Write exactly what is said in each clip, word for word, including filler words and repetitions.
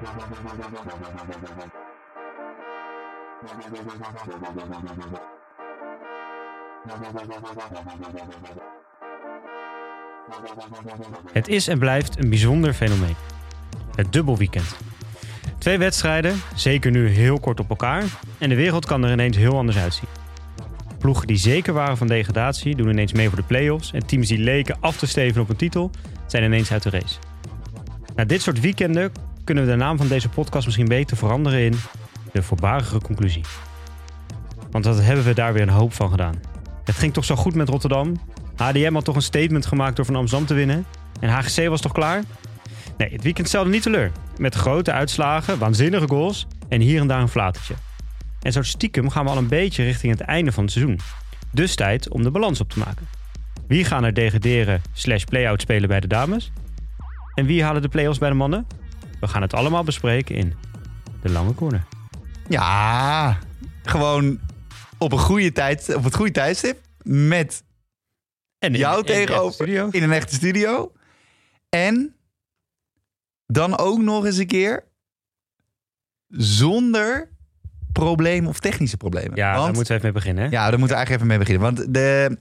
Het is en blijft een bijzonder fenomeen. Het dubbelweekend. Twee wedstrijden, zeker nu heel kort op elkaar, en de wereld kan er ineens heel anders uitzien. Ploegen die zeker waren van degradatie doen ineens mee voor de play-offs en teams die leken af te steven op een titel zijn ineens uit de race. Na dit soort weekenden kunnen we de naam van deze podcast misschien beter veranderen in de voorbarige conclusie. Want wat hebben we daar weer een hoop van gedaan. Het ging toch zo goed met Rotterdam? H D M had toch een statement gemaakt door van Amsterdam te winnen? En H G C was toch klaar? Nee, het weekend stelde niet teleur. Met grote uitslagen, waanzinnige goals en hier en daar een flatertje. En zo stiekem gaan we al een beetje richting het einde van het seizoen. Dus tijd om de balans op te maken. Wie gaan er degraderen slash play-out spelen bij de dames? En wie halen de play-offs bij de mannen? We gaan het allemaal bespreken in de lange corner. Ja, gewoon op een goede tijd, op het goede tijdstip met En in, jou in, tegenover in, in een echte studio. En dan ook nog eens een keer zonder problemen of technische problemen. Ja, want, daar moeten we even mee beginnen. Hè? Ja, daar moeten we eigenlijk even mee beginnen. Want de,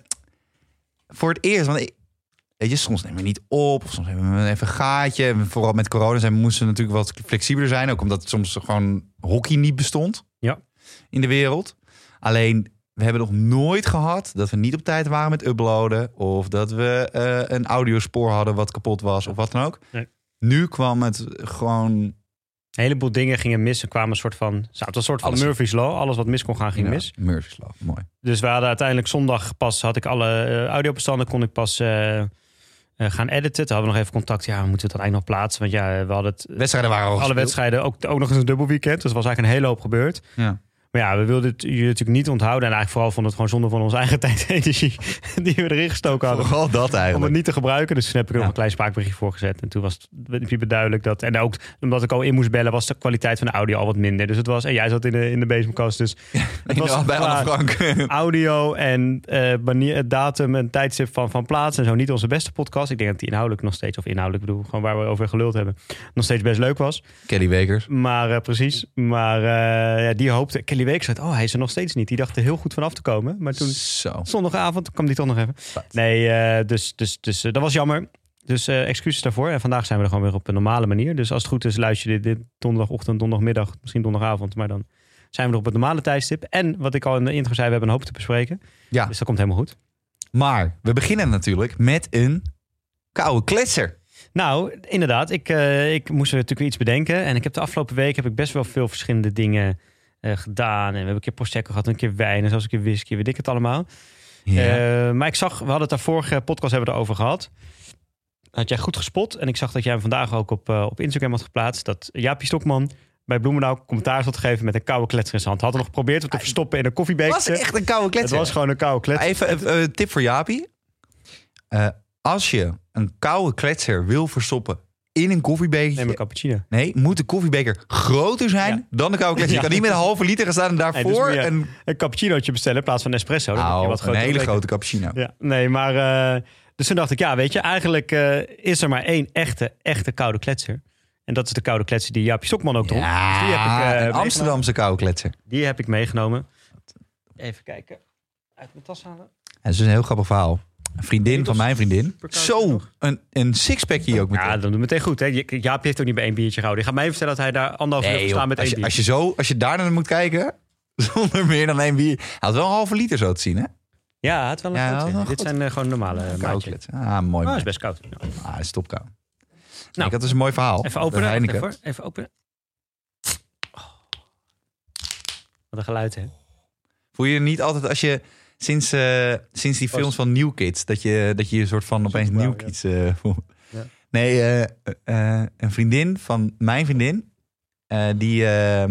voor het eerst, want ik, weet je, soms nemen we niet op, of soms hebben we even een gaatje. Vooral met corona zijn, moesten we natuurlijk wat flexibeler zijn. Ook omdat soms gewoon hockey niet bestond Ja. in de wereld. Alleen, we hebben nog nooit gehad dat we niet op tijd waren met uploaden. Of dat we uh, een audiospoor hadden wat kapot was of wat dan ook. Nee. Nu kwam het gewoon... Een heleboel dingen gingen mis en kwamen een soort van... Het was een soort van Alles. Murphy's Law. Alles wat mis kon gaan, ging ja, mis. Murphy's Law, mooi. Dus we hadden uiteindelijk zondag pas... had ik alle uh, audiobestanden, kon ik pas uh, uh, gaan editen. Toen hadden we nog even contact. Ja, we moeten het dan eigenlijk nog plaatsen. Want ja, we hadden het... Wedstrijden waren al Alle gespeeld. wedstrijden, ook, ook nog eens een dubbelweekend. Dus er was eigenlijk een hele hoop gebeurd. Ja. Maar ja, we wilden het jullie natuurlijk niet onthouden. En eigenlijk vooral vonden het gewoon zonde van onze eigen tijd en energie die we erin gestoken hadden. Vooral dat Om het eigenlijk. niet te gebruiken. Dus toen heb ik er nog Ja. een klein spraakberichtje voor gezet. En toen was het duidelijk dat... En ook omdat ik al in moest bellen, was de kwaliteit van de audio al wat minder. Dus het was... En jij zat in de, in de bezemkast. Dus het was Ja, bij qua Anne Frank. audio en uh, manier, datum en tijdstip van, van plaats en zo niet onze beste podcast. Ik denk dat die inhoudelijk nog steeds... Of inhoudelijk bedoel, gewoon waar we over geluld hebben. Nog steeds best leuk was. Kelly Wekers. Maar uh, precies. Maar uh, ja, die hoopte... Kelly Week zei, oh, hij is er nog steeds niet. Die dacht er heel goed van af te komen. Maar toen... Zo. Zondagavond kwam die toch nog even. Wat? Nee, uh, dus, dus, dus uh, dat was jammer. Dus uh, excuses daarvoor. En vandaag zijn we er gewoon weer op een normale manier. Dus als het goed is, luister je dit, dit donderdagochtend, donderdagmiddag, misschien donderdagavond. Maar dan zijn we er op het normale tijdstip. En wat ik al in de intro zei, we hebben een hoop te bespreken. Ja. Dus dat komt helemaal goed. Maar we beginnen natuurlijk met een koude kletser. Nou, inderdaad. Ik, uh, ik moest er natuurlijk weer iets bedenken. En ik heb de afgelopen week heb ik best wel veel verschillende dingen uh, gedaan. En we hebben een keer prosecco gehad, een keer wijn en zelfs een keer whisky, weet ik het allemaal. Ja. Uh, maar ik zag, we hadden het daar vorige podcast hebben we het over gehad. Had jij goed gespot. En ik zag dat jij hem vandaag ook op, uh, op Instagram had geplaatst. Dat Jaapie Stokman bij Bloemendaal commentaar had gegeven met een koude kletser in zijn hand. Had er nog geprobeerd om te verstoppen in een koffiebeker. Was het echt een koude kletser? Het was gewoon een koude kletser. Even een uh, tip voor Jaapie. Uh, als je een koude kletser wil verstoppen in een koffiebeker. Neem een cappuccino. Nee, moet de koffiebeker groter zijn Ja. dan de koude kletser. Je Ja. kan niet met een halve liter gaan staan en Nee, daarvoor dus moet je een, een cappuccinootje bestellen in plaats van espresso. Dan heb je nou, wat een grotere hele beker. grote cappuccino. Ja, nee, maar... Uh, dus toen dacht ik, ja, weet je, eigenlijk uh, is er maar één echte, echte koude kletser. En dat is de koude kletser die Jaapie Stokman ook dronk. Ja, Dus die heb ik, uh, een meegenomen. Amsterdamse koude kletser. Die heb ik meegenomen. Even kijken. Uit mijn tas halen. En dat is een heel grappig verhaal. Een vriendin Weet van je mijn vriendin. per koude Zo, nog? een, een sixpackje ook meteen. Ja, dan doe het meteen goed. Hè. Jaapie heeft ook niet bij één biertje gehouden. Die gaat mij even vertellen dat hij daar anderhalf uur Nee, heeft joh, staan met als, één je, als, biertje. je zo, als je daar naar moet kijken, zonder meer dan één bier. Hij had wel een halve liter zo te zien, hè? Ja, het wel een Ja, groot, dat ja. is wel Dit goed. zijn uh, gewoon normale uh, Koude maatjes. kletser. Ah, mooi. Oh, man. is best koud. Ja. Ah, het is topkoud. Nou, Nou, dat is een mooi verhaal. Even De openen. Wacht Heineken. Even, hoor. even openen. Oh. Wat een geluid, hè? Voel je niet altijd als je sinds, uh, sinds die films van New Kids dat je dat je een soort van opeens blauw, New ja. Kids uh, voelt? Ja. Nee, uh, uh, een vriendin van mijn vriendin, uh, die, uh, uh,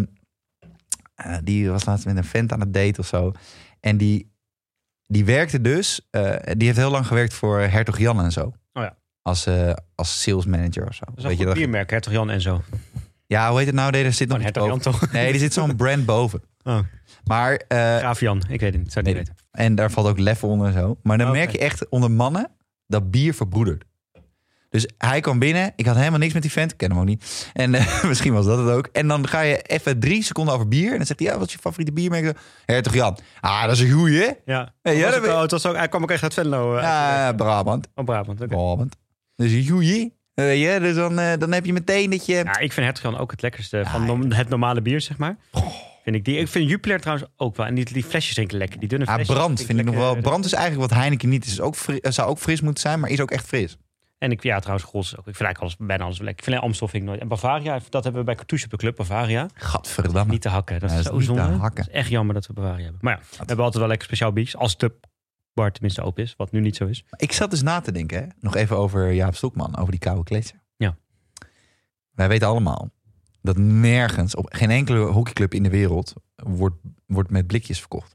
die was laatst met een vent aan het daten of zo. En die, die werkte dus, uh, die heeft heel lang gewerkt voor Hertog Jan en zo. Oh ja. Als, uh, als sales manager of zo. Dat is een goed dat? biermerk, Hertog Jan en zo. Ja, hoe heet het nou? Nee, er zit nog Gewoon iets Hertog Jan boven. toch? Nee, er zit zo'n brand boven. Oh. Maar, uh, Graaf Jan, ik weet het niet. Ik zou het niet Nee, weten. en daar valt ook level onder en zo. Maar dan Oké. merk je echt onder mannen dat bier verbroedert. Dus hij kwam binnen. Ik had helemaal niks met die vent. Ik ken hem ook niet. En uh, misschien was dat het ook. En dan ga je even drie seconden over bier. En dan zegt hij, ja, wat is je favoriete biermerk? Hertog Jan. Ah, dat is een goeie, hè? Ja. Hey, ja, was dat ook, ben- oh, het was ook, hij kwam ook echt uit Venlo. Uh, Ja, uit- Brabant. Oh, Brabant. oké. Brabant. Dus een goeie. Uh, ja, dus dan, uh, dan heb je meteen dat je... Ja, ik vind Hertog Jan ook het lekkerste Ja, van nom- het normale bier, zeg maar. Vind ik die. Ik vind Jupiler trouwens ook wel. En die, die flesjes drinken lekker. Die dunne Ja, flesjes. brand vind ik nog lekker. wel. Brand is eigenlijk wat Heineken niet is. Ook fri- zou ook fris moeten zijn, maar is ook echt fris. En ik, ja, trouwens, Gols ook. Ik vind eigenlijk alles, bijna alles wel lekker. Ik vind alleen Amstel vind ik nooit. En Bavaria, dat hebben we bij Cartouche op de club. Bavaria. Gadverdamme. Niet te hakken. Dat Ja, is dat zo is niet te zonde. hakken. Het is echt jammer dat we Bavaria hebben. Maar ja, we hebben altijd wel lekker speciaal biertjes. Als de bar tenminste open is. Wat nu niet zo is. Ik zat dus na te denken, hè? Nog even over Jaap Stokman, over die koude kletser. Ja. Wij weten allemaal dat nergens, op geen enkele hockeyclub in de wereld, wordt, wordt met blikjes verkocht.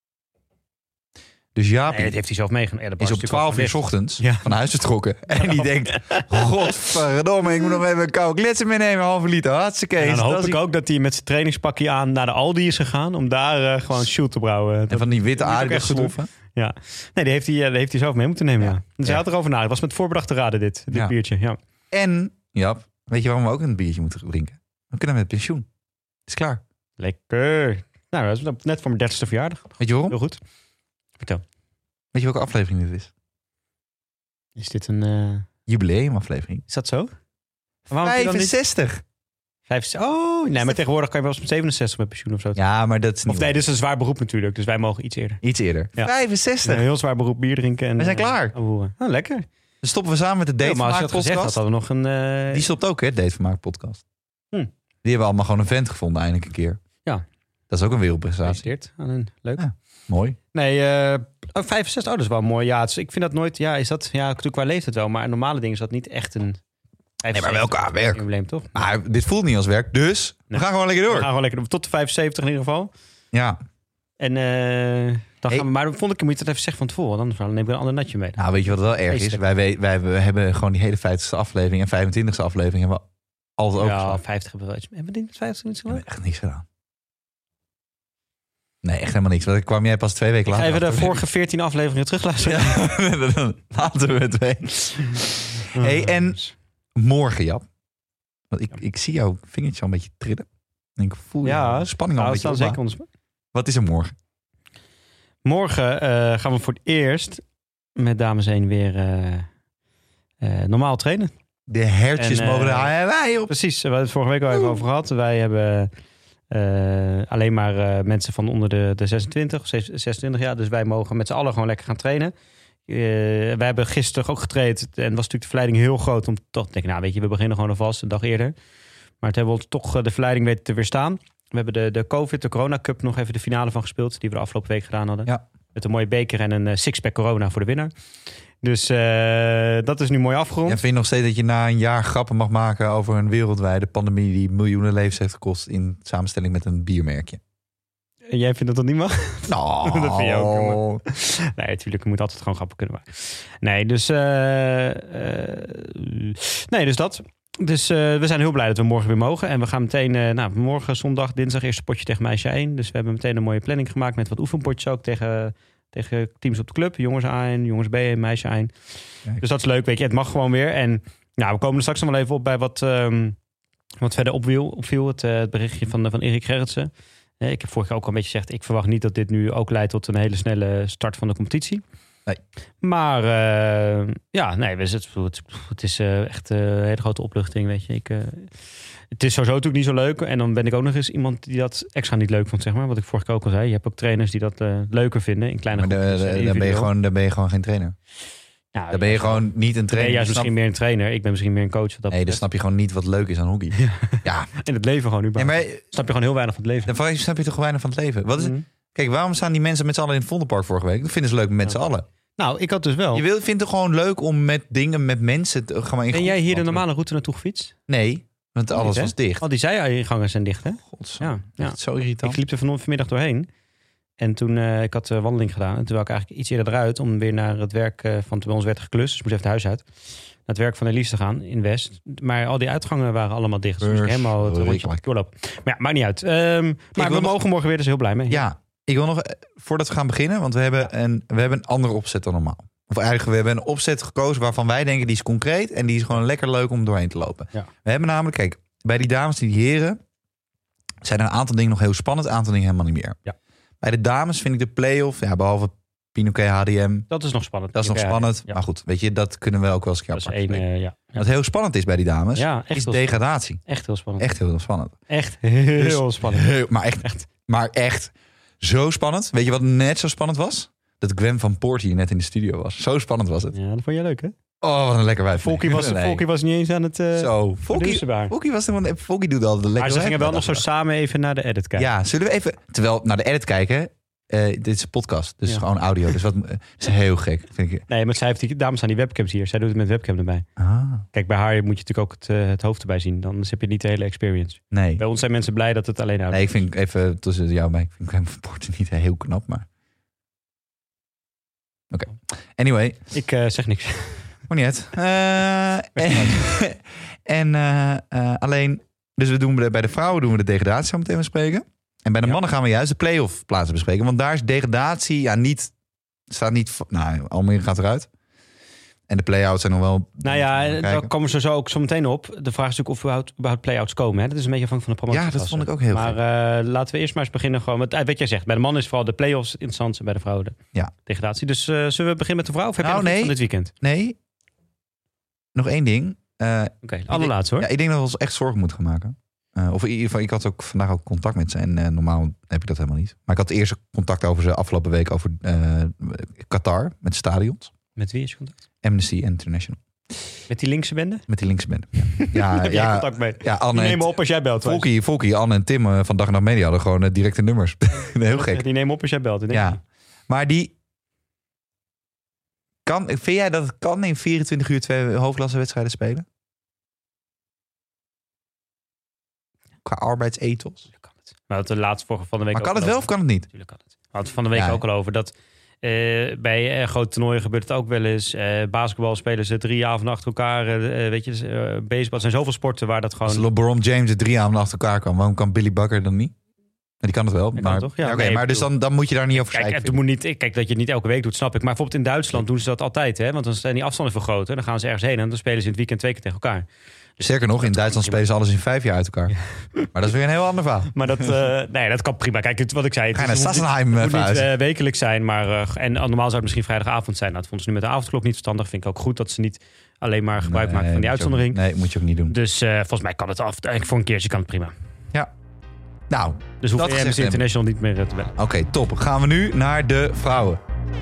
Dus Jaap Nee, dat heeft hij zelf meegenomen. Ja, de bar is op natuurlijk al twaalf uur 's verlicht. ochtends Ja. van huis vertrokken. En die denkt, godverdomme, ik moet nog even een koude kletser meenemen, een halve liter. Hartstikke. En dan Dat hoop is ik die- ook dat hij met zijn trainingspakje aan naar de Aldi is gegaan. Om daar uh, gewoon shoot te brouwen. En van die witte dat moet ik ook echt goed doen. aardappelsloffen. Ja. Nee, die heeft hij, uh, die heeft hij zelf mee moeten nemen. Ja. Ja. Dus Ja. hij had erover na. Het was met voorbedachte raden dit, dit Ja. biertje. Ja. En, Jap, weet je waarom we ook een biertje moeten drinken? We kunnen met pensioen. Het is klaar. Lekker. Nou, dat is net voor mijn dertigste verjaardag. Weet je waarom? Heel goed. Vertel. Weet je welke aflevering dit is? Is dit een... Uh... Jubileumaflevering. Is dat zo? Waarom heb je dan niet- vijfenzestig. Vijf... Oh, nee, maar tegenwoordig kan je wel eens met zevenenzestig met pensioen of zo. Ja, maar dat is niet Of nee, dit is een zwaar beroep natuurlijk. Dus wij mogen iets eerder. iets eerder. Ja. vijfenzestig. Een heel zwaar beroep bier drinken. En, We zijn eh, klaar. ouwehoeren. Oh, lekker. Dan stoppen we samen met de Ja, Date maar als je Vermaak had gezegd had, podcast. hadden we nog een... uh, Die stopt ook, hè, Date Vermaak podcast. Hm. Die hebben allemaal gewoon een vent gevonden, eindelijk een keer. Ja. Dat is ook een wereldprestatie. gefeliciteerd aan een leuk. Ja. Mooi. Nee, uh, oh, vijfenzestig, oh, dat is wel mooi. Ja, het is- ik vind dat nooit... Ja, is dat... Ja, natuurlijk qua leeftijd wel. Maar een normale ding is dat niet echt een... Nee, maar wel qua werk. Probleem, toch? Maar dit voelt niet als werk, dus Nee. we gaan gewoon lekker We door. gaan gewoon lekker door. Tot de vijfenzeventig in ieder geval. Ja. En uh, dan Hey. gaan we... Maar dan vond ik, moet je dat even zeggen van tevoren. Anders dan neem ik een ander natje mee. Nou, weet je wat wel erg is? Vreselijk. Wij, we- wij, we hebben gewoon die hele vijftigste aflevering en vijfentwintigste aflevering hebben we altijd Ja, overgeslagen. vijftig hebben we wel iets. Hebben we dit met vijftig iets We gedaan? hebben echt niks gedaan. Nee, echt helemaal niks. Want dan kwam jij pas twee weken Ik ga later. even de achter. vorige veertien afleveringen terugluisteren. Ja, dan laten we het weten. Hey, en morgen, Jap. Want ik, ik zie jouw vingertje al een beetje trillen. En ik voel Ja, de spanning al Nou, een we beetje staan opbouwen. zeker onder. Wat is er morgen? Morgen uh, gaan we voor het eerst met dames en heren weer uh, uh, normaal trainen. De hertjes En, uh, mogen er wij op. Precies, we hebben het vorige week al even over gehad. Wij hebben uh, alleen maar uh, mensen van onder de, de zesentwintig of zesentwintig jaar. Dus wij mogen met z'n allen gewoon lekker gaan trainen. Uh, wij hebben gisteren ook getraind. En was natuurlijk de verleiding heel groot om toch te denken, nou weet je, we beginnen gewoon alvast een dag eerder. Maar het hebben we ons toch uh, de verleiding weten te weerstaan. We hebben de, de COVID, de Corona Cup, nog even de finale van gespeeld. Die we de afgelopen week gedaan hadden. Ja. Met een mooie beker en een uh, sixpack Corona voor de winnaar. Dus uh, dat is nu mooi afgerond. Ja, vind je nog steeds dat je na een jaar grappen mag maken over een wereldwijde pandemie die miljoenen levens heeft gekost in samenstelling met een biermerkje? En jij vindt dat dat niet mag? Nou, Dat vind je ook, jongen. Nee, natuurlijk, je moet altijd gewoon grappen kunnen maken. Nee, dus... Uh, uh, nee, dus dat. Dus uh, we zijn heel blij dat we morgen weer mogen. En we gaan meteen, uh, nou, morgen, zondag, dinsdag, eerste potje tegen meisje één. Dus we hebben meteen een mooie planning gemaakt met wat oefenpotjes ook tegen, tegen teams op de club. Jongens A één, jongens B één, meisje één. Kijk. Dus dat is leuk, weet je. Het mag gewoon weer. En nou, we komen er straks nog wel even op bij wat, um, wat verder opviel. opviel het, uh, het berichtje van, van Erik Gerritsen. Uh, ik heb vorig jaar ook al een beetje gezegd, ik verwacht niet dat dit nu ook leidt tot een hele snelle start van de competitie. Nee. Maar uh, ja, nee, het, het, het is uh, echt uh, een hele grote opluchting, weet je. Ik, uh, het is sowieso natuurlijk niet zo leuk. En dan ben ik ook nog eens iemand die dat extra niet leuk vond, zeg maar. Wat ik vorige keer ook al zei. Je hebt ook trainers die dat uh, leuker vinden in kleine maar groepjes. de, de, dan, ben je gewoon, dan ben je gewoon geen trainer. Ja, Dan ben je gewoon niet een Ben trainer. jij juist Je snapt- misschien meer een trainer. Ik ben misschien meer een coach. Wat dat Nee, dan betreft. snap je gewoon niet wat leuk is aan hockey. Ja, In het leven gewoon nee, überhaupt. maar Snap je gewoon heel weinig van het leven. dan snap je toch weinig van het leven. Wat is, Mhm. Kijk, waarom staan die mensen met z'n allen in het Vondelpark vorige week? Dat vinden ze leuk met Ja. z'n allen. Nou, ik had dus wel. Je wil, vindt het gewoon leuk om met dingen, met mensen... Te, gewoon in Ben jij hier de groepsverband te normale route naartoe gefietst? doen. Nee, want alles Niet, hè? was dicht. Al die zijingangen zijn dicht, hè? Godzijdank. Ja, ja. Echt zo irritant. Ik liep er van, vanmiddag doorheen. En toen, uh, ik had de wandeling gedaan. En toen wou ik eigenlijk iets eerder eruit om weer naar het werk uh, van bij ons werd geklust. Dus ik moest even het huis uit. Naar het werk van Elise te gaan in West. Maar al die uitgangen waren allemaal dicht. Dus moest ik helemaal het rondje Verschrikkelijk. doorlopen. Maar ja, maakt niet uit. Um, maar wil we nog- mogen morgen weer, dus heel blij mee. Ja, ik wil nog, eh, voordat we gaan beginnen... want we hebben, een, we hebben een andere opzet dan normaal. Of eigenlijk, we hebben een opzet gekozen waarvan wij denken die is concreet. En die is gewoon lekker leuk om doorheen te lopen. Ja. We hebben namelijk, kijk, bij die dames en die heren zijn er een aantal dingen nog heel spannend. Een aantal dingen helemaal niet meer. Ja. Bij de dames vind ik de play-off, ja, behalve Pinoquet H D M. Dat is nog spannend. Dat is nog Ja, spannend. ja. Maar goed, weet je, dat kunnen we ook wel eens een keer Dat is apart één, bespreken. uh, ja. ja. Wat heel spannend is bij die dames, Ja, echt is heel degradatie. Echt heel spannend. Echt heel spannend. Echt heel Dus spannend. Heel, maar, echt, Echt. maar echt zo spannend. Weet je wat net zo spannend was? Dat Gwen van Poort hier net in de studio was. Zo spannend was het. Ja, dat vond je leuk, hè? Oh, wat een lekker wijf. Volkie was, Nee. Volkie was niet eens aan het... Uh, Zo, Volkie, waar. Volkie was helemaal... Volkie doet altijd een Maar lekker ze gingen wijf. wel nog zo samen even naar de edit kijken. Ja, zullen we even... Terwijl naar de edit kijken... Uh, dit is een podcast, dus Ja. gewoon audio. Dus wat uh, is heel gek, vind ik. Nee, maar zij heeft die dames aan die webcams hier. Zij doet het met webcam erbij. Ah, Kijk, bij haar moet je natuurlijk ook het, uh, het hoofd erbij zien. Anders heb je niet de hele experience. nee. Bij ons zijn mensen blij dat het alleen audio Nee, ik vind even tussen jou en mij... Ik vind Gwen van Poort niet heel knap, maar... Oké. Okay. Anyway. Ik uh, zeg niks. Maar niet uit. Uh, en en uh, uh, alleen... Dus we doen bij de vrouwen doen we de degradatie zo meteen bespreken. En bij de Ja. mannen gaan we juist de play-off plaatsen bespreken. Want daar is degradatie ja niet... Staat niet... Nou, Almere gaat eruit. En de play-outs zijn nog wel... Nou ja, daar komen ze zo ook zo meteen op. De vraag is natuurlijk of überhaupt, überhaupt play-outs komen. Hè? Dat is een beetje afhankelijk van de promotie. Ja, dat vond ik ook heel Maar uh, laten we eerst maar eens beginnen gewoon met... Wat jij zegt, bij de mannen is vooral de play-offs interessant. En bij de vrouwen de ja. degradatie. Dus uh, zullen we beginnen met de vrouw? Of heb nou, je nog nee. iets van dit weekend? Nee. Nog één ding. Uh, Oké, okay, allerlaatst hoor. Ja, ik denk dat we ons echt zorgen moeten gaan maken. Uh, of in ieder geval, ik had ook vandaag ook contact met ze. En uh, normaal heb ik dat helemaal niet. Maar ik had eerst contact over ze afgelopen week over uh, Qatar. Met stadions. Met wie is je contact? Amnesty International. Met die linkse bende? Met die linkse bende. Ja, ja, heb ja, jij contact mee? Ja, Anne die nemen op als jij belt. Volkie, Volkie, Anne en Tim uh, van Dag en Nacht Media hadden gewoon uh, directe nummers. Heel gek. Die nemen op als jij belt. Denk ja. Ik. Maar die... Kan, vind jij dat het kan in vierentwintig uur twee hoofdklassewedstrijden spelen? Qua arbeidsethos? Kan het. Maar de laatste van de week. Maar kan het wel of kan het niet? Natuurlijk kan het. We hadden het van de week ja, ook al over dat uh, bij uh, grote toernooien gebeurt het ook wel eens. Uh, basketbal spelen ze drie avonden achter elkaar. Uh, weet je, uh, baseball. Er zijn zoveel sporten waar dat gewoon. Als LeBron James er drie avonden achter elkaar kan, waarom kan Billy Bucker dan niet? Die kan het wel. Die maar kan het toch? Ja, ja, okay, nee, maar dus dan, dan moet je daar niet over kijk, zeiken. het moet niet, kijk, dat je het niet elke week doet, snap ik. Maar bijvoorbeeld in Duitsland doen ze dat altijd. Hè? Want dan zijn die afstanden vergroten. Dan gaan ze ergens heen en dan spelen ze in het weekend twee keer tegen elkaar. Dus sterker nog, in Duitsland spelen ze alles in vijf jaar uit elkaar. Ja. Maar dat is weer een heel ander verhaal. Maar dat, uh, nee, dat kan prima. Kijk, het, wat ik zei. Het, Ga je is, naar het moet Sassenheim niet, het moet niet uh, wekelijks zijn. Maar, uh, en normaal zou het misschien vrijdagavond zijn. Nou, dat vonden ze nu met de avondklok niet verstandig. Vind ik ook goed dat ze niet alleen maar gebruik nee, maken van die uitzondering. Ook, nee, moet je ook niet doen. Dus uh, volgens mij kan het af. Voor een keertje kan het prima. Ja. Nou, dus hoef je Amnesty International niet meer te bellen. Oké, okay, top. Gaan we nu naar de vrouwen.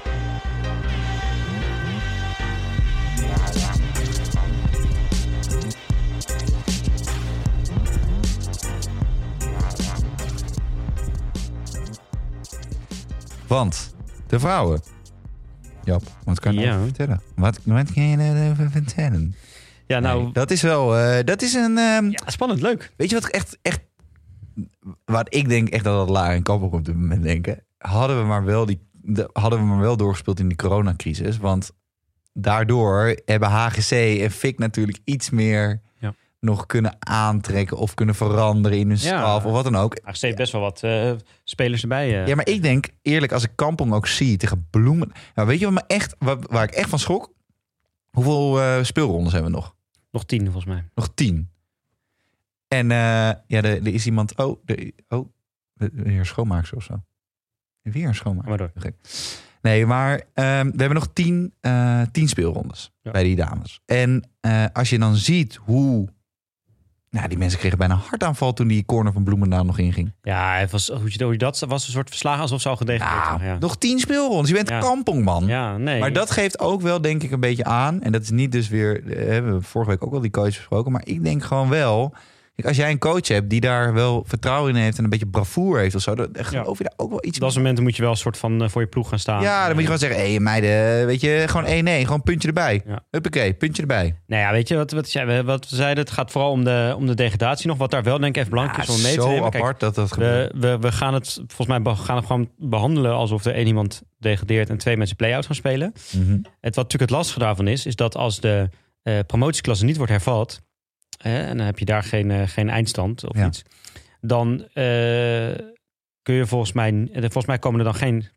Want de vrouwen. Jap, wat kan je ja. nou vertellen? Wat, wat kan je nou over vertellen? Ja, nou, nee, dat is wel. Uh, dat is een. Um, ja, spannend, leuk. Weet je wat echt, echt. Wat ik denk echt dat dat Lara en Kamp op dit moment denken. Hadden we maar wel die. De, hadden we maar wel doorgespeeld in die coronacrisis. Want daardoor hebben H G C en F I C natuurlijk iets meer. Ja. Nog kunnen aantrekken of kunnen veranderen in hun staf ja. of wat dan ook. H G C heeft best wel wat uh, spelers erbij. Uh. Ja, maar ik denk eerlijk, als ik Kampong ook zie tegen Bloemen. Nou, weet je wat me echt, waar, waar ik echt van schrok? Hoeveel uh, speelrondes hebben we nog? Nog tien volgens mij. Nog tien. En uh, ja, er, er is iemand. Oh, er, oh, weer een schoonmaakster of zo. Weer een schoonmaakster. Maar door. Gek. Nee, maar um, we hebben nog tien, uh, tien speelrondes ja. bij die dames. En uh, als je dan ziet hoe. Nou, die mensen kregen bijna een hartaanval toen die corner van Bloemendaal nog inging. Ja, het was, hoe je, hoe je dat was een soort verslagen alsof ze al gedegradeerd nou, ja. Nog tien speelrondes. Je bent ja. Kampong, man. Ja, nee. Maar dat geeft ook wel, denk ik, een beetje aan. En dat is niet dus weer. We hebben vorige week ook al die coach besproken. Maar ik denk gewoon wel. Kijk, als jij een coach hebt die daar wel vertrouwen in heeft en een beetje bravoure heeft of zo, dan geloof je daar ook wel iets. Op dat moment moet je wel een soort van uh, voor je ploeg gaan staan. Ja, dan moet je gewoon zeggen, hé hey, meiden, weet je, gewoon één nee, gewoon puntje erbij. Ja. Huppakee, puntje erbij. Nou ja, weet je wat, wat, wat we zeiden? Het gaat vooral om de, om de degradatie nog. Wat daar wel denk ik even belangrijk ja, is om mee te zo nemen. Zo apart Kijk, dat dat gebeurt. We, we, we gaan het volgens mij gaan het gewoon behandelen alsof er één iemand degradeert en twee mensen play-out gaan spelen. Mm-hmm. Het wat natuurlijk het lastige daarvan is, is dat als de uh, promotieklasse niet wordt hervat, hè, en dan heb je daar geen, uh, geen eindstand of ja. iets, dan uh, kun je volgens mij, volgens mij komen er dan geen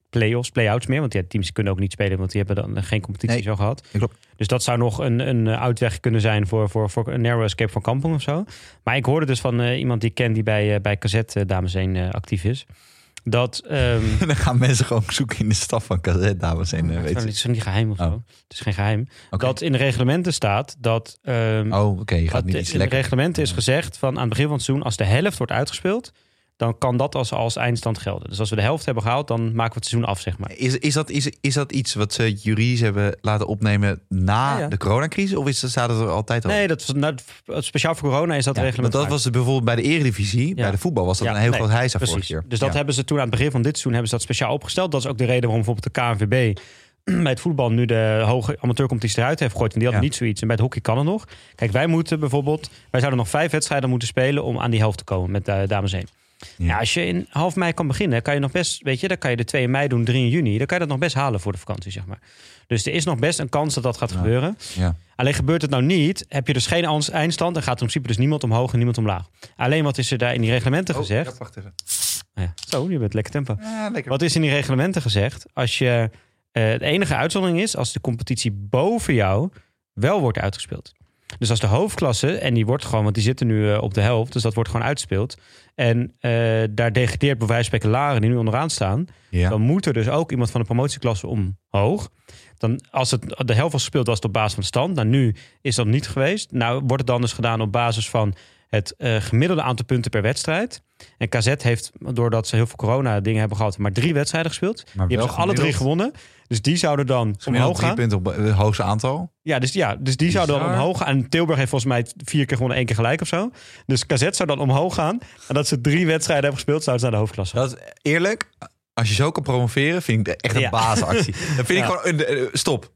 play-offs, play-outs meer. Want ja, teams kunnen ook niet spelen, want die hebben dan geen competitie Nee, zo gehad. klopt. Dus dat zou nog een, een uitweg kunnen zijn voor, voor, voor een narrow escape van Kampong of zo. Maar ik hoorde dus van uh, iemand die ik ken die bij, uh, bij Cassette uh, dames heen uh, actief is. Dat... Um, dan gaan mensen gewoon zoeken in de staf van Cassette, dames heen. Uh, het is niet geheim of oh. zo. Het is geen geheim. Okay. Dat in de reglementen staat dat... Um, oh, oké. Okay, je gaat niet iets in lekker. de reglementen is gezegd van aan het begin van het seizoen, als de helft wordt uitgespeeld, dan kan dat als, als eindstand gelden. Dus als we de helft hebben gehaald, dan maken we het seizoen af, zeg maar. Is, is, dat, is, is dat iets wat ze juridisch hebben laten opnemen na ja, ja. de coronacrisis? Of is dat, staat het er altijd al? Nee, dat was, nou, speciaal voor corona is dat ja, reglement. Want dat was bijvoorbeeld bij de Eredivisie, ja. bij de voetbal, was dat ja, een heel nee, groot heisa vorig jaar. Dus dat ja. hebben ze toen aan het begin van dit seizoen hebben ze dat speciaal opgesteld. Dat is ook de reden waarom bijvoorbeeld de K N V B bij het voetbal nu de hoge amateurcompetitie eruit heeft gegooid. En die hadden ja. niet zoiets. En bij het hockey kan het nog. Kijk, wij moeten bijvoorbeeld, wij zouden nog vijf wedstrijden moeten spelen om aan die helft te komen met de dames heen. Ja. Ja, als je in half mei kan beginnen, kan je nog best, weet je, dan kan je de twee in mei doen, drie in juni. Dan kan je dat nog best halen voor de vakantie, zeg maar. Dus er is nog best een kans dat dat gaat ja. gebeuren. Ja. Alleen gebeurt het nou niet, heb je dus geen eindstand en gaat er in principe dus niemand omhoog en niemand omlaag. Alleen wat is er daar in die reglementen oh, gezegd? Ja, wacht even. Ja, zo, je bent lekker tempo. Ja, lekker. Wat is in die reglementen gezegd? Als je, uh, de enige uitzondering is als de competitie boven jou wel wordt uitgespeeld. Dus als de hoofdklasse, en die wordt gewoon, want die zitten nu uh, op de helft, dus dat wordt gewoon uitgespeeld. En uh, daar degradeert bij wijze van spreken Laren die nu onderaan staan. Ja. Dan moet er dus ook iemand van de promotieklasse omhoog. Dan, als het de helft was gespeeld, was het op basis van de stand. Nou, nu is dat niet geweest. Nou, wordt het dan dus gedaan op basis van het uh, gemiddelde aantal punten per wedstrijd. En K Z heeft, doordat ze heel veel corona dingen hebben gehad, maar drie wedstrijden gespeeld. Maar die hebben ze alle drie gewonnen. Dus die zouden dan omhoog gaan. Drie punten op het hoogste aantal. Ja, dus, ja, dus die Bizar. zouden dan omhoog gaan. En Tilburg heeft volgens mij vier keer gewonnen, één keer gelijk of zo. Dus K Z zou dan omhoog gaan. En dat ze drie wedstrijden hebben gespeeld, zouden ze naar de hoofdklasse. Dat is eerlijk, als je zo kan promoveren, vind ik echt een ja. basisactie. Dan vind ja. ik gewoon, uh, stop.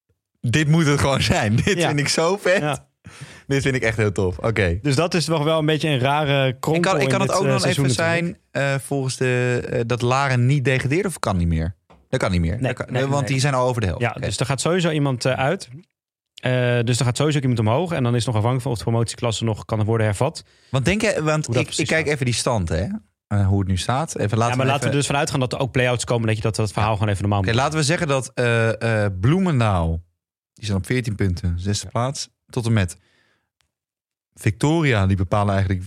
Dit moet het gewoon zijn. Dit ja. vind ik zo vet. Ja. Dit vind ik echt heel tof. Oké. Okay. Dus dat is nog wel een beetje een rare kronkel. Ik kan, ik kan in het ook uh, nog even zijn, uh, volgens de, uh, dat Laren niet degradeert of kan niet meer? Dat kan niet meer. Nee, kan, nee, want nee. die zijn al over de helft. Ja, okay. Dus er gaat sowieso iemand uh, uit. Uh, dus er gaat sowieso iemand omhoog. En dan is het nog afhankelijk van of de promotieklasse nog kan worden hervat. Want denk je, want ik, ik kijk even die stand, hè? Uh, hoe het nu staat. Even, laten ja, maar we laten even... we dus vanuit gaan dat er ook play-outs komen. Dat je dat, dat verhaal ja. gewoon even normaal moet. Okay, laten we zeggen dat uh, uh, Bloemendaal, die zijn op veertien punten, zesde plaats, tot en met Victoria, die bepalen eigenlijk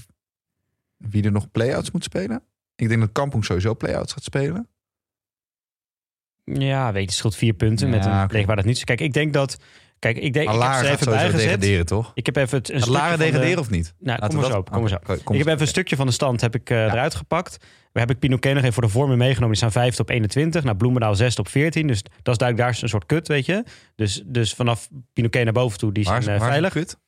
wie er nog play-outs moet spelen. Ik denk dat Kampong sowieso play-outs gaat spelen. Ja, weet je, het scheelt vier punten ja, met een plek waar dat niet is. Kijk, ik denk dat... Kijk, ik denk, ik heb er even bijgezet. Degraderen, toch? Ik heb even het een Laren degraderen de, of niet? Nou, kom maar zo. Kom maar zo. Okay, kom ik heb even een stukje van de stand heb ik, uh, ja. eruit gepakt. We hebben Pinoquet nog even voor de vorm meegenomen. Die staan vijfde op eenentwintig. Nou, Bloemendaal zesde op veertien. Dus dat is duidelijk daar een soort kut, weet je. Dus, dus vanaf Pinoquet naar boven toe, die waar, zijn uh, waar veilig. Kut?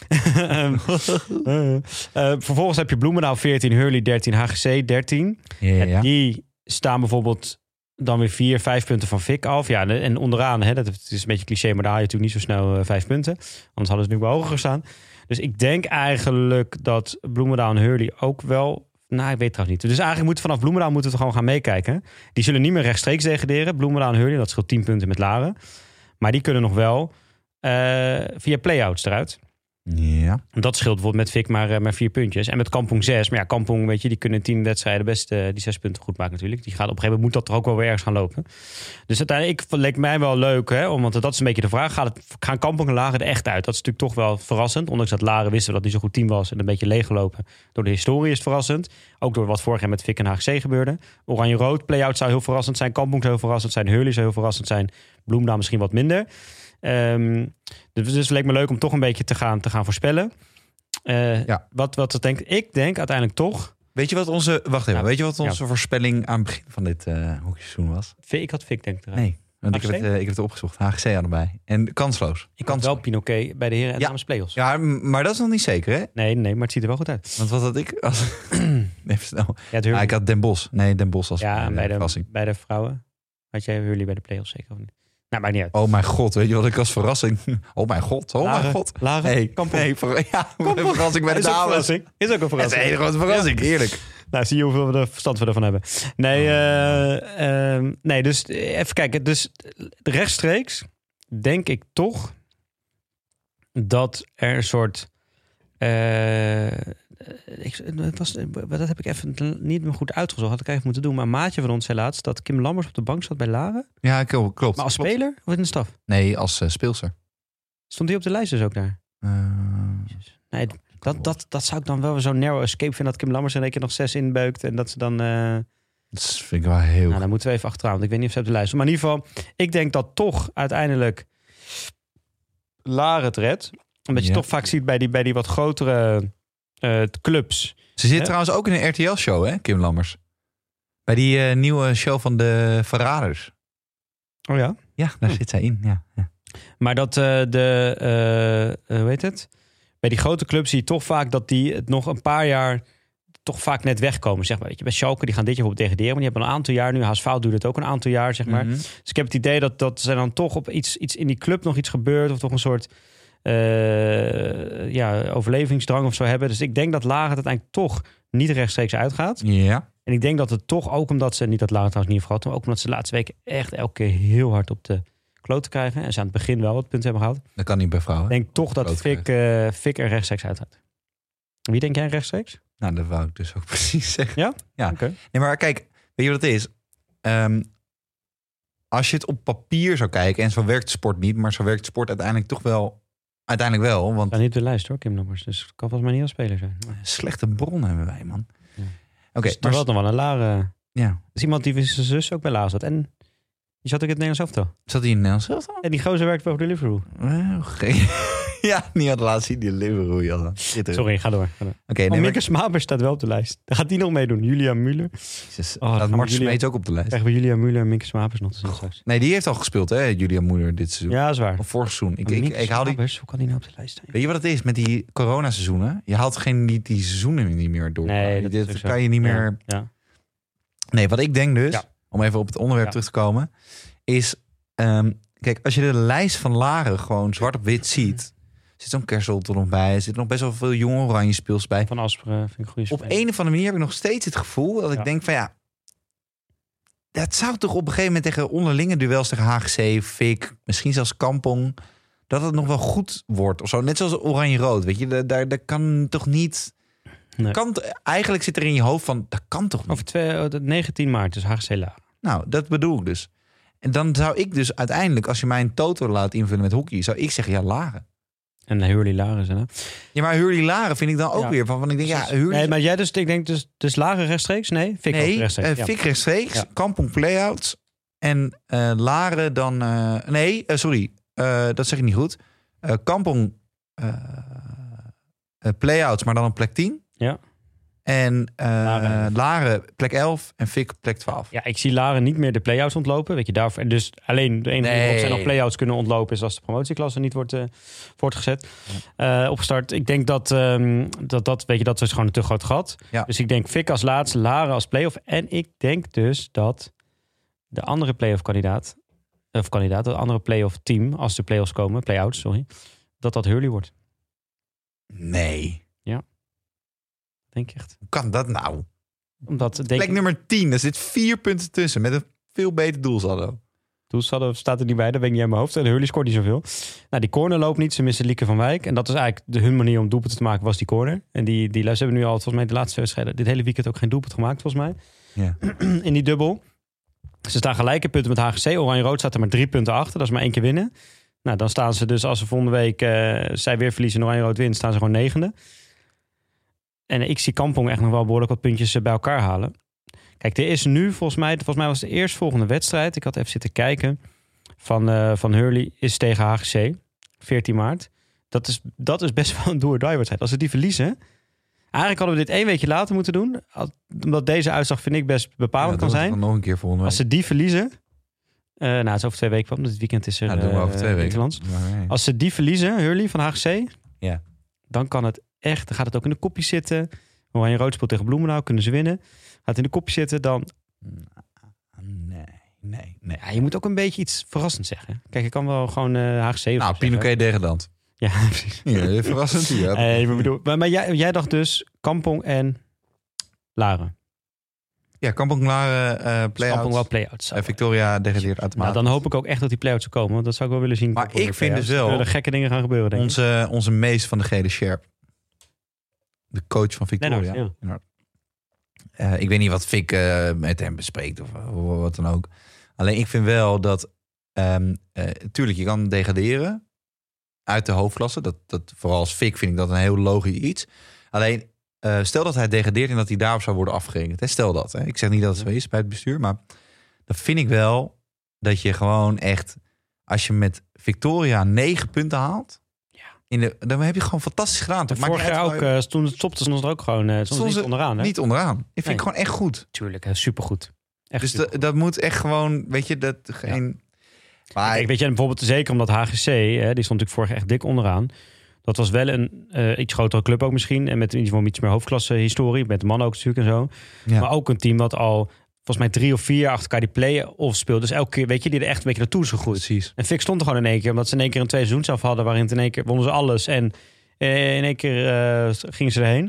uh, uh, vervolgens heb je Bloemendaal veertien, Hurley dertien, H G C dertien. Ja, ja, ja. En die staan bijvoorbeeld dan weer vier, vijf punten van Fik af. Ja, en onderaan, hè, dat is een beetje cliché, maar daar haal je natuurlijk niet zo snel uh, vijf punten. Anders hadden ze nu wel hoger gestaan. Dus ik denk eigenlijk dat Bloemendaal en Hurley ook wel... Nou, ik weet het trouwens niet. Dus eigenlijk moet vanaf Bloemendaal moeten we gewoon gaan meekijken. Die zullen niet meer rechtstreeks degraderen. Bloemendaal en Hurley, dat scheelt tien punten met Laren. Maar die kunnen nog wel uh, via play-outs eruit. Ja. Dat scheelt bijvoorbeeld met Fik maar, uh, maar vier puntjes. En met Kampong zes. Maar ja, Kampong, weet je, die kunnen in tien wedstrijden best uh, die zes punten goed maken natuurlijk. Die gaat op een gegeven moment moet dat toch ook wel weer ergens gaan lopen. Dus uiteindelijk leek mij wel leuk, hè, want dat is een beetje de vraag. Gaat het, gaan Kampong en Laren er echt uit? Dat is natuurlijk toch wel verrassend. Ondanks dat Laren wisten dat niet zo goed team was en een beetje leeggelopen. Door de historie is het verrassend. Ook door wat vorig jaar met Fik en H G C gebeurde. Oranje-rood, play-out zou heel verrassend zijn. Kampong zou heel verrassend zijn. Hurley zou heel verrassend zijn. Bloemendaal misschien wat minder. Um, dus het leek me leuk om toch een beetje te gaan, te gaan voorspellen. Uh, ja. Wat, wat denk ik? denk uiteindelijk toch... Weet je wat onze... Wacht even. Ja. Weet je wat onze ja. voorspelling aan het begin van dit uh, hockeyseizoen was? Ik had Fik denk ik eruit. Nee, want ik heb, het, uh, ik heb het opgezocht. H G C erbij. En kansloos. Ik had wel Pinoquet bij de heren en ja. dames playoffs. Ja, maar dat is nog niet zeker, hè? Nee, nee, maar het ziet er wel goed uit. Want wat had ik? Als... Even snel. Ja, ah, ik had Den Bosch. Nee, Den Bosch als ja, bij de, verrassing. bij de vrouwen. Had jij Hurley bij de playoffs zeker of niet? Nou, maakt niet uit. Oh mijn god, weet je wat ik als verrassing... Oh mijn god, oh Laren, mijn god. Laren, nee, Kampong. nee, ver... ja, Kampong. verrassing bij de is dames. Is ook een verrassing. Het is een hele grote verrassing, ja. Eerlijk. Nou, zie je hoeveel we er verstand we ervan hebben. Nee, uh, uh, nee, dus even kijken. Dus rechtstreeks denk ik toch dat er een soort... Uh, ik, het was, dat heb ik even niet meer goed uitgezocht. Had ik even moeten doen. Maar een maatje van ons zei laatst dat Kim Lammers op de bank zat bij Laren. Ja, klopt. Maar als klopt. speler of in de staf? Nee, als uh, speelster. Stond die op de lijst dus ook daar? Uh, nee, dat, dat, dat zou ik dan wel zo'n narrow escape vinden. Dat Kim Lammers er een keer nog zes inbeukt. En dat ze dan... Uh... Dat vind ik wel heel... Nou, dan moeten we even achteraan. Want ik weet niet of ze op de lijst stond. Maar in ieder geval, ik denk dat toch uiteindelijk Laren het redt. Omdat je ja. toch vaak ziet bij die, bij die wat grotere uh, clubs. Ze zit hè? trouwens ook in een R T L-show, hè, Kim Lammers? Bij die uh, nieuwe show van de Verraders. Oh ja? Ja, daar hm. zit zij in, ja. ja. Maar dat uh, de, uh, uh, hoe heet het? Bij die grote clubs zie je toch vaak dat die het nog een paar jaar toch vaak net wegkomen, zeg maar. Weet je, bij Schalke, die gaan dit jaar op degraderen, maar die hebben een aantal jaar nu. H S V doet het ook een aantal jaar, zeg maar. Mm-hmm. Dus ik heb het idee dat, dat ze dan toch op iets, iets in die club nog iets gebeurt, of toch een soort uh, ja, overlevingsdrang of zo hebben. Dus ik denk dat Laren het uiteindelijk toch niet rechtstreeks uitgaat. Ja. En ik denk dat het toch ook omdat ze, niet dat Laren trouwens niet heeft gehad, maar ook omdat ze de laatste weken echt elke keer heel hard op de kloot krijgen. En ze aan het begin wel het punt hebben gehad. Dat kan niet bij vrouwen. Ik denk toch dat Fik, uh, Fik er rechtstreeks uit gaat. Wie denk jij rechtstreeks? Nou, dat wou ik dus ook precies zeggen. Ja? Ja. Okay. Nee, maar kijk, weet je wat het is? Um, als je het op papier zou kijken, en zo werkt sport niet, maar zo werkt sport uiteindelijk toch wel, uiteindelijk wel. Want ja, niet de lijst hoor, Kim Lammers. Dus het kan volgens mij niet als speler zijn. Maar... Slechte bron hebben wij, man. Ja. Oké, okay, dus maar wel nog wel een Laren. Ja. is iemand die zijn zus ook bij Laren zat. En die zat ook in het Nederlands elftal. Zat hij in het Nederlands elftal? En die gozer werkt bij de Liverpool. Uh, geen... Ja, niet had laten zien, die Liverpool. Ja. Sorry, ga door. Oké, okay, oh, nee, Mieke Smaber staat wel op de lijst. Daar gaat die nog meedoen. Julia Müller. Jezus, oh, dat Mart Smeets ook op de lijst. Krijgen we Julia Müller en Mieke Smabers nog te zien straks. Nee, die heeft al gespeeld, hè, Julia Müller, dit seizoen. Ja, is waar. Of vorig seizoen. Ik, ik, ik, ik haal die... Hoe kan die nou op de lijst staan? Weet je wat het is met die coronaseizoenen? Je haalt geen die, die seizoenen niet meer door. Nee, dat dit is kan je niet meer... Ja, ja. Nee, wat ik denk dus, ja. om even op het onderwerp ja. terug te komen, is... Um, kijk, als je de lijst van Laren gewoon zwart op wit ziet... Zit zo'n Kersel er nog bij. Er zit nog best wel veel jonge oranje speels bij. Van Asperen vind ik goede Op een of andere manier heb ik nog steeds het gevoel dat ik ja. denk van ja... Dat zou toch op een gegeven moment tegen onderlinge duels tegen H G C, Fik, misschien zelfs Kampong... dat het nog wel goed wordt of zo. Net zoals oranje-rood, weet je. Daar, daar, daar kan toch niet... Nee. Kan, eigenlijk zit er in je hoofd van, dat kan toch niet? Over twee, negentien maart, dus H G C Laren. Nou, dat bedoel ik dus. En dan zou ik dus uiteindelijk, als je mij een toto laat invullen met hockey... zou ik zeggen, ja, Laren. En Hurley Laren zijn er. Ja, maar Hurley Laren vind ik dan ook ja. weer van, van ik denk ja, Hurley... Nee, maar jij dus, ik denk dus, dus Laren rechtstreeks? Nee, Fik nee, rechtstreeks. Uh, ja. Fik rechtstreeks, ja. Kampong Playouts en uh, Laren dan... Uh, nee, uh, sorry, uh, dat zeg ik niet goed. Uh, Kampong uh, uh, Playouts, maar dan op plek tien. Ja. En uh, Laren. Laren plek elf en Fik plek twaalf. Ja, ik zie Laren niet meer de play-outs ontlopen. Weet je, daarvoor. En dus alleen de enige nee. die op zijn nog play-outs kunnen ontlopen is als de promotieklasse niet wordt uh, voortgezet. Ja. Uh, opgestart. Ik denk dat, um, dat dat, weet je, dat is gewoon een te groot gat. Ja. Dus ik denk Fik als laatste, Laren als play-off. En ik denk dus dat de andere play-off kandidaat, of kandidaat, dat andere play-off team, als de play-offs komen, play-outs, sorry, dat dat Hurley wordt. Nee. Ja. Denk ik echt. Hoe kan dat nou? Omdat, denk plek ik... nummer tien, er zit vier punten tussen met een veel beter doelsaldo. Doelsaldo staat er niet bij, dat weet ik niet in mijn hoofd. En de Hurley scoort niet zoveel. Nou, die corner loopt niet, ze missen Lieke van Wijk. En dat is eigenlijk de, hun manier om doelpunten te maken, was die corner. En die, die ze hebben nu al, volgens mij de laatste wedstrijden, dit hele weekend ook geen doelpunt gemaakt, volgens mij. Ja. In die dubbel. Ze staan gelijke punten met H G C. Oranje-rood staat er maar drie punten achter. Dat is maar één keer winnen. Nou, dan staan ze dus, als ze volgende week uh, zij weer verliezen en Oranje-rood wint, staan ze gewoon negende. En ik zie Kampong echt nog wel behoorlijk wat puntjes bij elkaar halen. Kijk, er is nu volgens mij... Volgens mij was de eerstvolgende wedstrijd... Ik had even zitten kijken... Van, uh, van Hurley is tegen H G C. veertien maart. Dat is, dat is best wel een do-or-die wedstrijd. Als ze die verliezen... Eigenlijk hadden we dit één weekje later moeten doen. Omdat deze uitslag, vind ik, best bepalend ja, kan zijn. Nog een keer volgende week. Als ze die verliezen... Uh, nou, het is over twee weken kwam. Dus het weekend is er... Ja, doen we over twee uh, weken. Nee. Als ze die verliezen, Hurley van H G C... Ja. Dan kan het echt... Dan gaat het ook in de kopjes zitten... Oranje rood speelt tegen Bloemendaal, kunnen ze winnen. Gaat in de kopje zitten, dan... Nee, nee, nee. Ja, je moet ook een beetje iets verrassends zeggen. Kijk, je kan wel gewoon uh, H G C... Nou, Pinoquet degradant. Ja, precies. Ja, verrassend hier. Hey, maar bedoel, maar, maar jij, jij dacht dus Kampong en Laren. Ja, Kampong Laren uh, play-outs. Kampong wel play-outs. Uh, Victoria degradeert automatisch. Nou, dan hoop ik ook echt dat die play-outs komen. Want dat zou ik wel willen zien. Maar ik vind dus wel... Er gekke dingen gaan gebeuren, denk onze, ik. Onze meest van de gele Sjerp. De coach van Victoria. Lennart, ja. Uh, ik weet niet wat Vic uh, met hem bespreekt of, of wat dan ook. Alleen ik vind wel dat... Um, uh, tuurlijk, je kan degraderen uit de hoofdklasse. Dat, dat, vooral als Vic vind ik dat een heel logisch iets. Alleen, uh, stel dat hij degradeert en dat hij daarop zou worden afgerekend. Hè? Stel dat. Hè? Ik zeg niet dat het zo is bij het bestuur. Maar dan vind ik wel dat je gewoon echt... Als je met Victoria negen punten haalt... In de, dan heb je gewoon fantastisch gedaan. Toch? Vorig jaar ook, uh, toen het stopte, stonden ze er ook gewoon uh, stonden ze niet onderaan. Hè? Niet onderaan. Ik vind nee. ik gewoon echt goed. Tuurlijk, supergoed. Echt dus supergoed. Dat moet echt gewoon, weet je, dat geen... Ja. Maar Kijk, weet je, bijvoorbeeld zeker omdat H G C, hè, die stond natuurlijk vorig jaar echt dik onderaan. Dat was wel een uh, iets grotere club ook misschien. En met in ieder geval iets meer hoofdklasse historie. Met de mannen ook natuurlijk en zo. Ja. Maar ook een team wat al... volgens mij drie of vier jaar achter elkaar die play-off speelt. Dus elke keer, weet je, die er echt een beetje naartoe is gegroeid. Precies. En Fik stond er gewoon in één keer. Omdat ze in één keer een twee seizoens af hadden. Waarin het in één keer wonnen ze alles. En uh, in één keer uh, gingen ze erheen.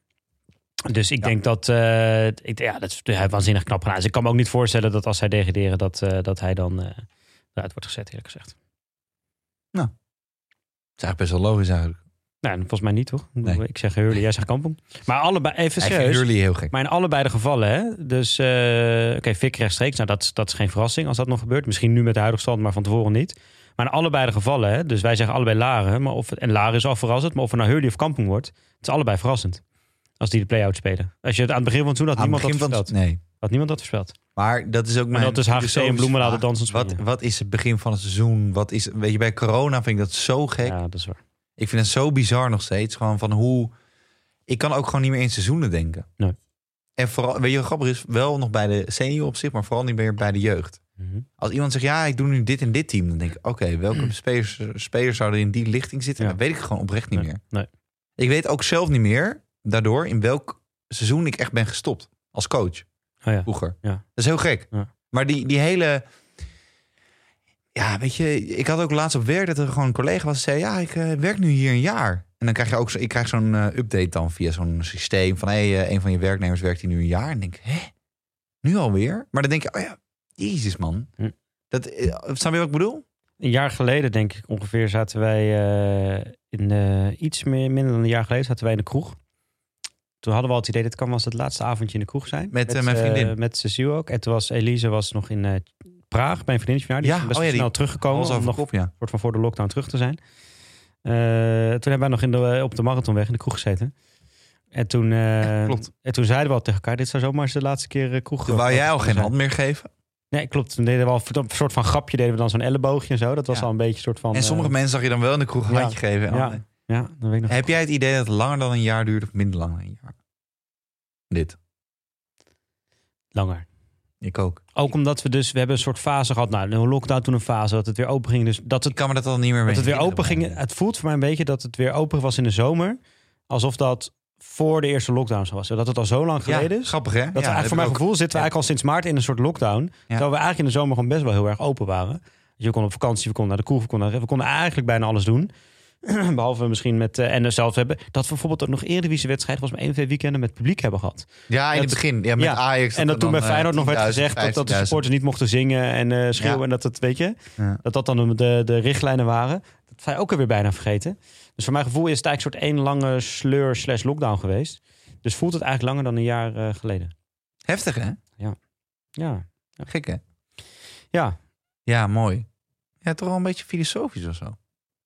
Dus ik ja. denk dat... Uh, ik, ja, dat is uh, waanzinnig knap gedaan. Dus ik kan me ook niet voorstellen dat als hij degraderen... dat, uh, dat hij dan uh, eruit wordt gezet, eerlijk gezegd. Nou, dat is eigenlijk best wel logisch eigenlijk. Nou, volgens mij niet, toch? Nee. Ik zeg Hurley, jij zegt Kampong. Maar allebei, even serieus. Hurley heel gek. Maar in allebei de gevallen, hè. Dus, uh, oké, okay, Fik rechtstreeks. Nou, dat, dat is geen verrassing als dat nog gebeurt. Misschien nu met de huidige stand, maar van tevoren niet. Maar in allebei de gevallen, hè. Dus wij zeggen allebei Laren. Maar of, en Laren is al verrassend. Maar of het nou Hurley of Kampong wordt, het is allebei verrassend. Als die de play-out spelen. Als je het aan het begin van het seizoen had niemand dat voorspeld. Nee. Had niemand dat voorspeld. Maar dat is ook mijn... En dat is H G C en Bloemendaal de dansend. Wat, wat is het begin van het seizoen? Wat is, weet je, bij corona vind ik dat zo gek. Ja, dat is waar. Ik vind het zo bizar nog steeds. Gewoon van hoe... Ik kan ook gewoon niet meer in seizoenen denken. Nee. En vooral, weet je wat grappig is? Wel nog bij de senior op zich, maar vooral niet meer bij de jeugd. Mm-hmm. Als iemand zegt, ja, ik doe nu dit en dit team. Dan denk ik, oké, okay, welke mm. spelers, spelers zouden in die lichting zitten? Ja. Dat weet ik gewoon oprecht niet nee. meer. Nee. Ik weet ook zelf niet meer, daardoor, in welk seizoen ik echt ben gestopt. Als coach. Oh ja. Vroeger. Ja. Dat is heel gek. Ja. Maar die, die hele... Ja, weet je, ik had ook laatst op werk dat er gewoon een collega was die zei, ja, ik uh, werk nu hier een jaar. En dan krijg je ook, ik krijg zo'n uh, update dan via zo'n systeem van, hé, hey, uh, een van je werknemers werkt hier nu een jaar. En denk ik, hè, nu alweer? Maar dan denk je, oh ja, jezus man. Hm. Dat, uh, snap je wat ik bedoel? Een jaar geleden, denk ik ongeveer, zaten wij uh, in uh, iets meer, minder dan een jaar geleden, zaten wij in de kroeg. Toen hadden we al het idee, dit kan wel eens het laatste avondje in de kroeg zijn. Met, met uh, mijn vriendin. Uh, met Cecile ook. En toen was Elise was nog in uh, Praag bij een vriendinnetje van haar. Die ja, is best oh ja, snel die teruggekomen. Om nog kop, ja. soort van voor de lockdown terug te zijn. Uh, toen hebben wij nog in de, op de marathonweg in de kroeg gezeten. En toen, uh, ja, klopt. En toen zeiden we al tegen elkaar, dit zou zomaar eens de laatste keer uh, kroeg. Toen wou jij al geen hand meer geven? Nee, klopt. Toen deden we al een soort van grapje, deden we dan zo'n elleboogje en zo. Dat was ja. al een beetje een soort van... En sommige uh, mensen zag je dan wel in de kroeg een ja. handje geven. En ja. Ja, dan weet ik nog. Heb jij het idee dat het langer dan een jaar duurt of minder lang dan een jaar? Dit. Langer. Ik ook. Ook omdat we dus, we hebben een soort fase gehad. Nou, een lockdown toen een fase, dat het weer open ging. Dus dat het, ik kan me dat al niet meer mee. Dat het weer open ging. Het voelt voor mij een beetje dat het weer open was in de zomer. Alsof dat voor de eerste lockdown zo was. Dat het al zo lang geleden ja, is. Grappig hè? Dat ja, we eigenlijk voor mijn ook, gevoel zitten we ja. eigenlijk al sinds maart in een soort lockdown. Ja. Terwijl we eigenlijk in de zomer gewoon best wel heel erg open waren. Dus we konden op vakantie, we konden naar de kroeg, we konden, naar, we konden eigenlijk bijna alles doen. Behalve misschien met... Uh, en zelfs hebben... Dat we bijvoorbeeld ook nog Eredivisie-wedstrijden... volgens mij één of twee weekenden met publiek hebben gehad. Ja, in dat, het begin. Ja, met ja. Ajax. En dat toen bij Feyenoord uh, nog werd gezegd... dat, dat de supporters niet mochten zingen en uh, schreeuwen. Ja. En dat het, weet je... Ja. Dat dat dan de, de richtlijnen waren. Dat zijn ook alweer bijna vergeten. Dus voor mijn gevoel is het eigenlijk een soort één lange sleur slash lockdown geweest. Dus voelt het eigenlijk langer dan een jaar uh, geleden. Heftig, hè? Ja. Ja. ja. Gek, hè? Ja. Ja, mooi. Ja, toch wel een beetje filosofisch of zo.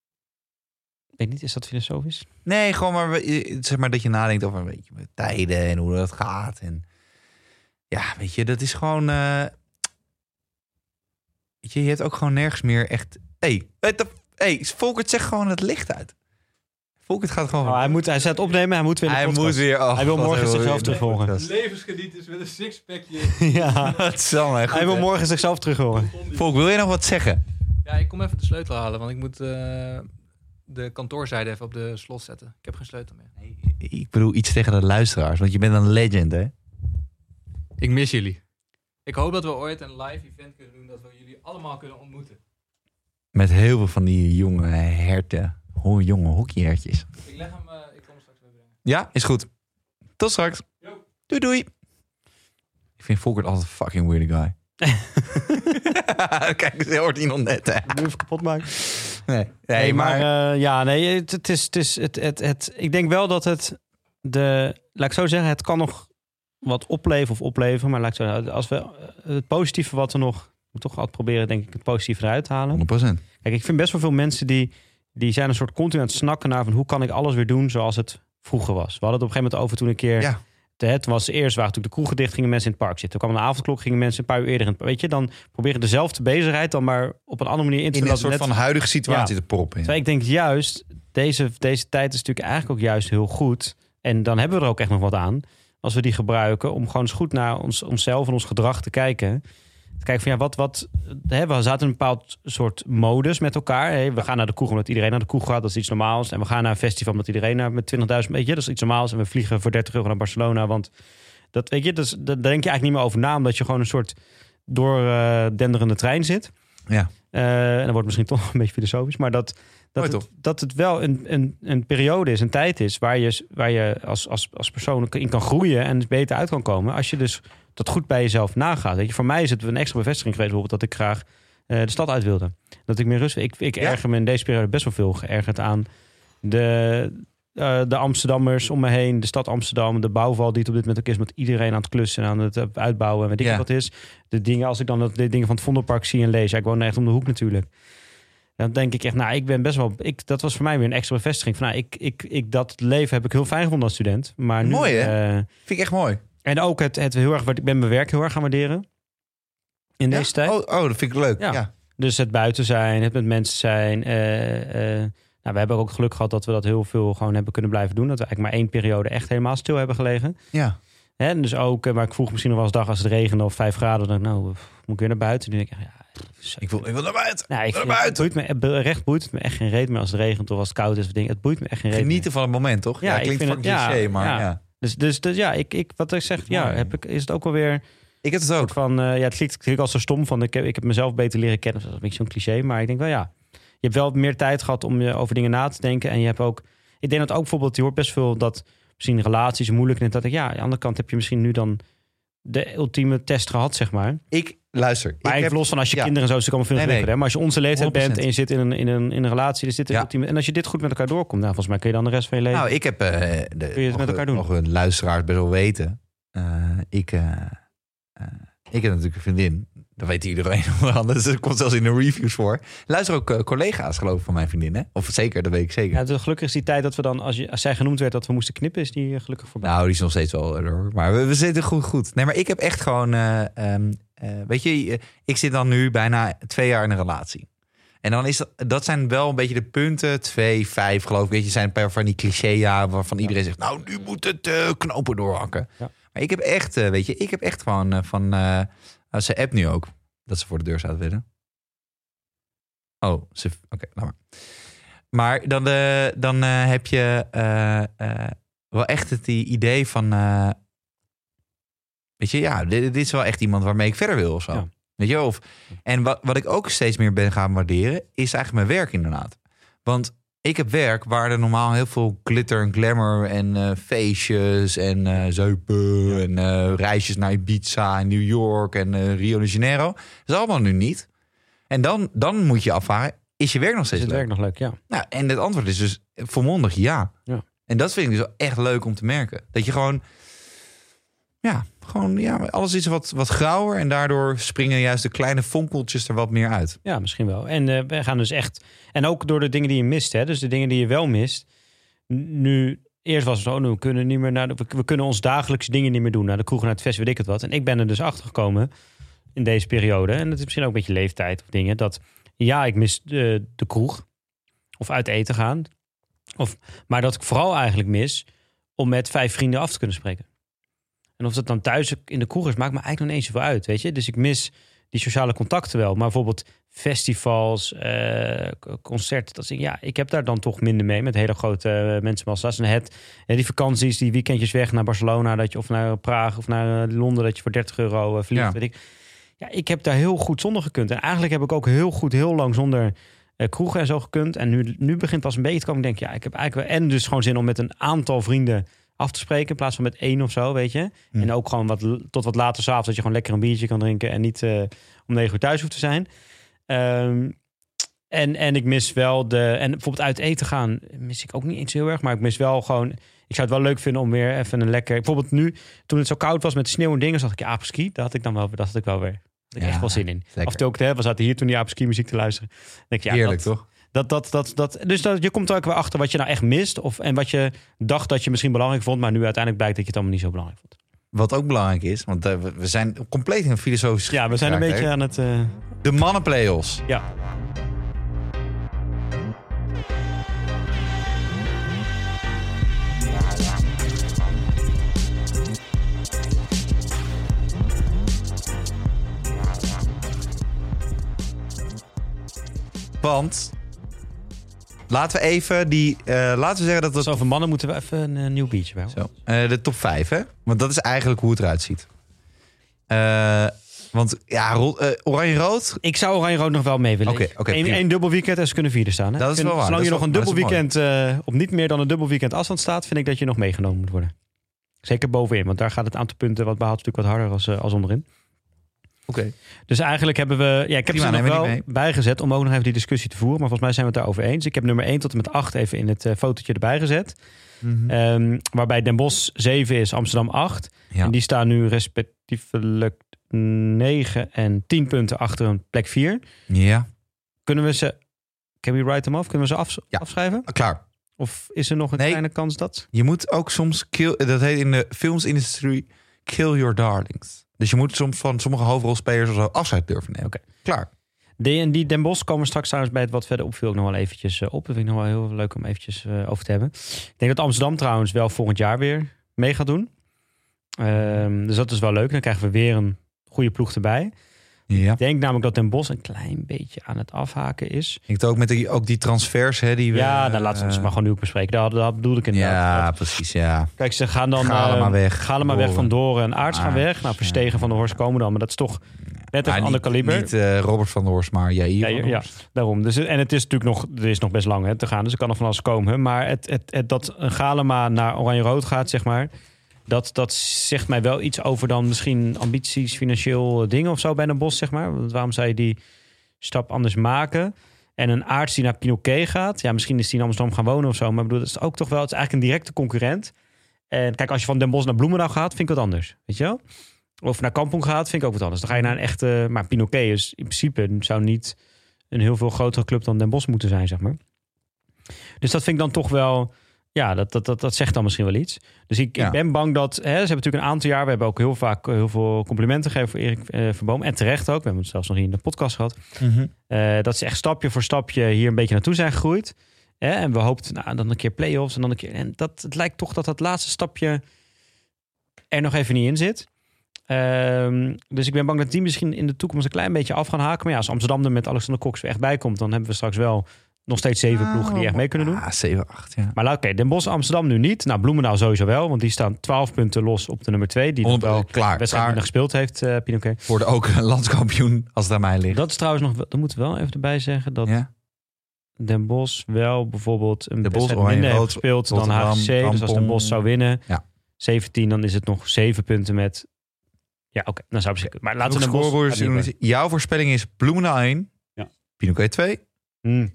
Ik weet niet, is dat filosofisch? Nee, gewoon maar, zeg maar dat je nadenkt over weet je, tijden en hoe dat gaat. En ja, weet je, dat is gewoon... Uh, weet je, je hebt ook gewoon nergens meer echt... Hé, hey, hey, Volkert zegt gewoon het licht uit. Volkert gaat gewoon... Oh, hij, moet, hij zet opnemen, hij moet weer Hij moet weer... Oh, hij wil morgen zichzelf terug horen. Levensgenieters met een sixpackje. Ja, dat is wel goed, hij wil hè? morgen zichzelf terug horen. Volk, wil je nog wat zeggen? Ja, ik kom even de sleutel halen, want ik moet... Uh... de kantoorzijde even op de slot zetten. Ik heb geen sleutel meer. Nee, ik bedoel iets tegen de luisteraars, want je bent een legend, hè? Ik mis jullie. Ik hoop dat we ooit een live event kunnen doen, dat we jullie allemaal kunnen ontmoeten. Met heel veel van die jonge herten, ho, jonge hockeyhertjes. Ik leg hem, uh, ik kom straks weer brengen. Ja, is goed. Tot straks. Yo. Doei doei. Ik vind Volkert altijd een fucking weird guy. Kijk, ze hoort hij nog net, hè? Nu even kapot maken. Nee, nee, nee maar, maar uh, ja, nee, het, het is, het is, het, het, het, ik denk wel dat het de, laat ik zo zeggen, het kan nog wat opleveren of opleveren. Maar laat ik zo zeggen, als we het positieve wat we nog... We toch altijd proberen, denk ik, het positieve eruit te halen. honderd procent. Kijk, ik vind best wel veel mensen die, die zijn een soort continu aan het snakken naar van hoe kan ik alles weer doen zoals het vroeger was. We hadden het op een gegeven moment over toen een keer... Ja. De, het was eerst waar natuurlijk de kroegen dicht, gingen mensen in het park zitten. Toen kwam de avondklok, gingen mensen een paar uur eerder in het park. Weet je, dan proberen dezelfde bezigheid dan maar op een andere manier in te In een dat soort net, van huidige situatie Ja. te proppen. Ja. Terwijl ik denk juist, deze, deze tijd is natuurlijk eigenlijk ook juist heel goed. En dan hebben we er ook echt nog wat aan. Als we die gebruiken om gewoon eens goed naar ons, onszelf en ons gedrag te kijken. Te kijken van ja, wat, wat hè, we zaten in een bepaald soort modus met elkaar. Hè. We gaan naar de kroeg omdat iedereen naar de kroeg gaat, dat is iets normaals. En we gaan naar een festival omdat iedereen naar met twintigduizend, weet je, dat is iets normaals. En we vliegen voor dertig euro naar Barcelona, want dat weet je, dus, daar denk je eigenlijk niet meer over na, omdat je gewoon een soort doordenderende trein zit. Ja. Uh, en dan wordt misschien toch een beetje filosofisch, maar dat, dat, het, dat het wel een, een, een periode is, een tijd is waar je, waar je als, als, als persoon in kan groeien en beter uit kan komen. Als je dus dat goed bij jezelf nagaat. Weet je, voor mij is het een extra bevestiging geweest bijvoorbeeld dat ik graag uh, de stad uit wilde. Dat ik meer rust. Ik, ik ja. erger me in deze periode best wel veel geërgerd aan de, uh, de Amsterdammers om me heen, de stad Amsterdam, de bouwval die het op dit moment ook is met iedereen aan het klussen en aan het uitbouwen en weet ik ja. wat is. De dingen, als ik dan de dingen van het Vondelpark zie en lees, ja, ik woon echt om de hoek natuurlijk. Dan denk ik echt, nou, ik ben best wel... Ik, dat was voor mij weer een extra bevestiging. Van, nou, ik, ik, ik, dat leven heb ik heel fijn gevonden als student. Maar nu, mooi, hè? Uh, Vind ik echt mooi. En ook het, het heel erg... Ik ben mijn werk heel erg gaan waarderen. In ja? deze tijd. Oh, oh, dat vind ik leuk. Ja. ja. Dus het buiten zijn, het met mensen zijn. Uh, uh, nou, we hebben ook het geluk gehad dat we dat heel veel gewoon hebben kunnen blijven doen. Dat we eigenlijk maar één periode echt helemaal stil hebben gelegen. Ja. Hè, dus ook, maar ik vroeg misschien nog wel eens dag als het regende of vijf graden. Dan nou, moet ik weer naar buiten? Nu denk ik, ja... Ik wil, ik wil naar buiten. Nou, ik, naar buiten. Het boeit me, recht boeit het me echt geen reet meer als het regent of als het koud is. Of ding. Het boeit me echt geen reet Genieten meer. van het moment, toch? Ja, ja klinkt van cliché, ja, maar ja. ja. Dus, dus, dus ja, ik, ik, wat ik zeg, ja, heb ik, is het ook wel weer... Ik heb het ook. Van, uh, ja, het klinkt, klinkt al zo stom van, ik heb, ik heb mezelf beter leren kennen. Dat is een beetje zo'n cliché, maar ik denk wel, ja. Je hebt wel meer tijd gehad om je over dingen na te denken. En je hebt ook... Ik denk dat ook bijvoorbeeld, je hoort best veel dat misschien relaties moeilijk zijn. Dat ik, ja, aan de andere kant heb je misschien nu dan de ultieme test gehad, zeg maar. Ik, luister. Maar ik heb, los van als je ja. kinderen en zo, is het allemaal veel nee, nee. hè. Maar als je onze leeftijd bent en je zit in een, in een, in een relatie, is dit de ja. ultieme. En als je dit goed met elkaar doorkomt, nou, volgens mij kun je dan de rest van je leven... Nou, ik heb... Uh, de, kun je het met elkaar doen? Nog een luisteraar best wel weten. Uh, ik, uh, uh, ik heb natuurlijk een vriendin. Dat weet iedereen anders. Dat komt zelfs in de reviews voor. Luister ook uh, collega's, geloof ik, van mijn vriendin. Hè? Of zeker, dat weet ik zeker. Ja, gelukkig is die tijd dat we dan, als, je, als zij genoemd werd, dat we moesten knippen, is die uh, gelukkig voorbij. Nou, die is nog steeds wel er. Maar we, we zitten goed, goed. Nee, maar ik heb echt gewoon... Uh, um, uh, weet je, uh, ik zit dan nu bijna twee jaar in een relatie. En dan is dat... Dat zijn wel een beetje de punten. Twee, vijf, geloof ik. Weet je, zijn een paar van die cliché-jaren waarvan ja. iedereen zegt... Nou, nu moet het uh, knopen doorhakken. Ja. Maar ik heb echt, uh, weet je, ik heb echt gewoon uh, van... Uh, ze app nu ook. Dat ze voor de deur zouden willen. Oh, ze... Oké, okay, laat maar. Maar dan, uh, dan uh, heb je uh, uh, wel echt het idee van... Uh, weet je, ja, dit, dit is wel echt iemand waarmee ik verder wil of zo. Ja. Weet je, of... En wat, wat ik ook steeds meer ben gaan waarderen... is eigenlijk mijn werk inderdaad. Want ik heb werk waar er normaal heel veel glitter en glamour... en uh, feestjes en uh, zuipen ja. en uh, reisjes naar Ibiza en New York en uh, Rio de Janeiro. Dat is allemaal nu niet. En dan, dan moet je afvragen, is je werk nog steeds leuk? Is het leuk? werk nog leuk, ja. Nou, en het antwoord is dus volmondig ja. ja. En dat vind ik dus wel echt leuk om te merken. Dat je gewoon... Ja, gewoon, ja, alles is wat, wat grauwer. En daardoor springen juist de kleine fonkeltjes er wat meer uit. Ja, misschien wel. En uh, we gaan dus echt... En ook door de dingen die je mist, hè. Dus de dingen die je wel mist. Nu, eerst was het zo, nu we kunnen niet meer naar de, we kunnen ons dagelijkse dingen niet meer doen. Naar de kroeg, naar het fest, weet ik het wat. En ik ben er dus achter gekomen in deze periode. En dat is misschien ook een beetje leeftijd of dingen. Dat, ja, ik mis de, de kroeg. Of uit eten gaan. Of, maar dat ik vooral eigenlijk mis om met vijf vrienden af te kunnen spreken. En of dat dan thuis in de kroeg is, maakt me eigenlijk nog niet eens zoveel uit, weet je. Dus ik mis die sociale contacten wel. Maar bijvoorbeeld festivals, uh, concerten. Dat is, ja, ik heb daar dan toch minder mee met hele grote uh, mensenmassa's. En het, en die vakanties, die weekendjes weg naar Barcelona, dat je, of naar Praag of naar uh, Londen, dat je voor dertig euro uh, vliegt. Ja. Weet ik. Ja, ik heb daar heel goed zonder gekund. En eigenlijk heb ik ook heel goed, heel lang zonder uh, kroegen en zo gekund. En nu, nu begint pas een beetje te komen. Ik denk, ja, ik heb eigenlijk wel... En dus gewoon zin om met een aantal vrienden af te spreken in plaats van met één of zo, weet je. Mm. En ook gewoon wat, tot wat later 's avonds dat je gewoon lekker een biertje kan drinken en niet uh, om negen uur thuis hoeft te zijn. Um, en, en ik mis wel de... En bijvoorbeeld uit eten gaan mis ik ook niet eens heel erg, maar ik mis wel gewoon... Ik Ik zou het wel leuk vinden om weer even een lekker... Bijvoorbeeld nu, toen het zo koud was met sneeuw en dingen... zag ik ja, apeski, daar had ik dan wel, dat had ik wel weer... Daar had ik Ja, echt wel zin in. lekker. Af en toe ook, hè, we zaten hier toen die apeski muziek te luisteren. Dan denk ik, ja, Heerlijk, dat, toch? Dat, dat, dat, dat, dus dat, je komt er ook weer achter wat je nou echt mist. Of, en wat je dacht dat je misschien belangrijk vond... maar nu uiteindelijk blijkt dat je het allemaal niet zo belangrijk vond. Wat ook belangrijk is, want uh, we, we zijn compleet in een filosofisch... Ja, we zijn een geraakt, beetje hè? aan het... Uh... De mannen-playoffs. Ja. Want laten we even die... Uh, laten we zeggen dat Dus het... over mannen moeten we even een uh, nieuw biertje bij. Zo, uh, de top vijf, hè? Want dat is eigenlijk hoe het eruit ziet. Uh, want ja, ro- uh, oranje-rood... Ik zou oranje-rood nog wel mee willen. Oké, oké, Eén prima. één dubbel weekend en ze kunnen vierde staan. Hè? Dat is Vind- wel waar. Zolang Dat je is nog wel- een dubbel dat is wel weekend... Uh, op niet meer dan een dubbel weekend afstand staat... vind ik dat je nog meegenomen moet worden. Zeker bovenin. Want daar gaat het aantal punten wat behaald natuurlijk wat harder als, uh, als onderin. Oké. Okay. Dus eigenlijk hebben we... Ja, ik heb Prima, ze nog neem wel me niet bijgezet om ook nog even die discussie te voeren. Maar volgens mij zijn we het daarover eens. Ik heb nummer één tot en met acht even in het uh, fotootje erbij gezet. Mm-hmm. Um, waarbij Den Bosch zeven is, Amsterdam acht. Ja. En die staan nu respectievelijk negen en tien punten achter een plek vier. Ja. Kunnen we ze... Can we write them off? Kunnen we ze af, Ja. afschrijven? Klaar. Of is er nog een Nee. kleine kans dat? Je moet ook soms... Kill, dat heet in de filmsindustrie... Kill your darlings. Dus je moet soms van sommige hoofdrolspelers of zo afscheid durven nemen. Oké. Klaar. Die en die Den Bosch komen straks trouwens bij het wat verder opviel ook nog wel eventjes uh, op. Dat vind ik nog wel heel leuk om eventjes uh, over te hebben. Ik denk dat Amsterdam trouwens wel volgend jaar weer mee gaat doen. Um, dus dat is wel leuk. Dan krijgen we weer een goede ploeg erbij. Ja. Ik denk namelijk dat Den Bosch een klein beetje aan het afhaken is. Ik denk ook met die, ook die transfers, hè, die we... Ja, dan laten we ons uh, maar gewoon nu ook bespreken. Dat, dat bedoelde ik inderdaad. Ja, precies, ja. Kijk, ze gaan dan... Ga uh, maar weg. Ga er maar weg Doren. van Doren en Aarts gaan Aarts, weg. Nou, Verstegen ja. van de Horst komen dan. Maar dat is toch net een Maar ander niet, kaliber. Niet uh, Robert van der Horst, maar Jair Ja, van der ja, Horst. daarom. Dus, en het is natuurlijk nog, er is nog best lang hè, te gaan. Dus er kan nog van alles komen. Maar het, het, het, dat een Galema naar Oranje-Rood gaat, zeg maar... Dat, dat zegt mij wel iets over dan misschien ambities, financieel dingen of zo bij Den Bosch, zeg maar. Want waarom zou je die stap anders maken? En een Aarts die naar Pinoquet gaat. Ja, misschien is die in Amsterdam gaan wonen of zo. Maar ik bedoel, dat is ook toch wel... Het is eigenlijk een directe concurrent. En kijk, als je van Den Bosch naar Bloemendaal gaat, vind ik wat anders. Weet je wel? Of naar Kampong gaat, vind ik ook wat anders. Dan ga je naar een echte... Maar Pinoquet is in principe... zou niet een heel veel grotere club dan Den Bosch moeten zijn, zeg maar. Dus dat vind ik dan toch wel... Ja, dat, dat, dat, dat zegt dan misschien wel iets. Dus ik, Ja. ik ben bang dat... Hè, ze hebben natuurlijk een aantal jaar... We hebben ook heel vaak heel veel complimenten gegeven voor Erik eh, Verboom. En terecht ook. We hebben het zelfs nog hier in de podcast gehad. Mm-hmm. Uh, dat ze echt stapje voor stapje hier een beetje naartoe zijn gegroeid. Hè? En we hoopten nou, dan een keer play-offs en dan een keer... En dat, het lijkt toch dat dat laatste stapje er nog even niet in zit. Um, dus ik ben bang dat die misschien in de toekomst een klein beetje af gaan haken. Maar ja, als Amsterdam er met Alexander Cox weer echt bij komt... dan hebben we straks wel nog steeds zeven ploegen die echt mee kunnen doen. Ah, zeven, acht, ja. Maar oké, okay, Den Bosch Amsterdam nu niet. Nou, Bloemendaal sowieso wel, want die staan twaalf punten los op de nummer twee. Die nog wel klaar, wedstrijd klaar. minder gespeeld heeft, uh, Pinoquet. Worden ook landskampioen als het aan mij ligt. Dat is trouwens nog... Dat moeten we wel even erbij zeggen. Dat Ja? Den Bosch wel bijvoorbeeld een De Bosch, wedstrijd Oranje, minder heeft Rood, gespeeld dan Rotterdam, H C C. Dus als Den Kampong. Bosch zou winnen, Ja. zeventien, dan is het nog zeven punten met... Ja, oké, dan zou het maar laten we Den Bosch... Scoreboards gaat niet doen. Jouw voorspelling is Bloemendaal één. Ja. Pinoquet twee. Hmm.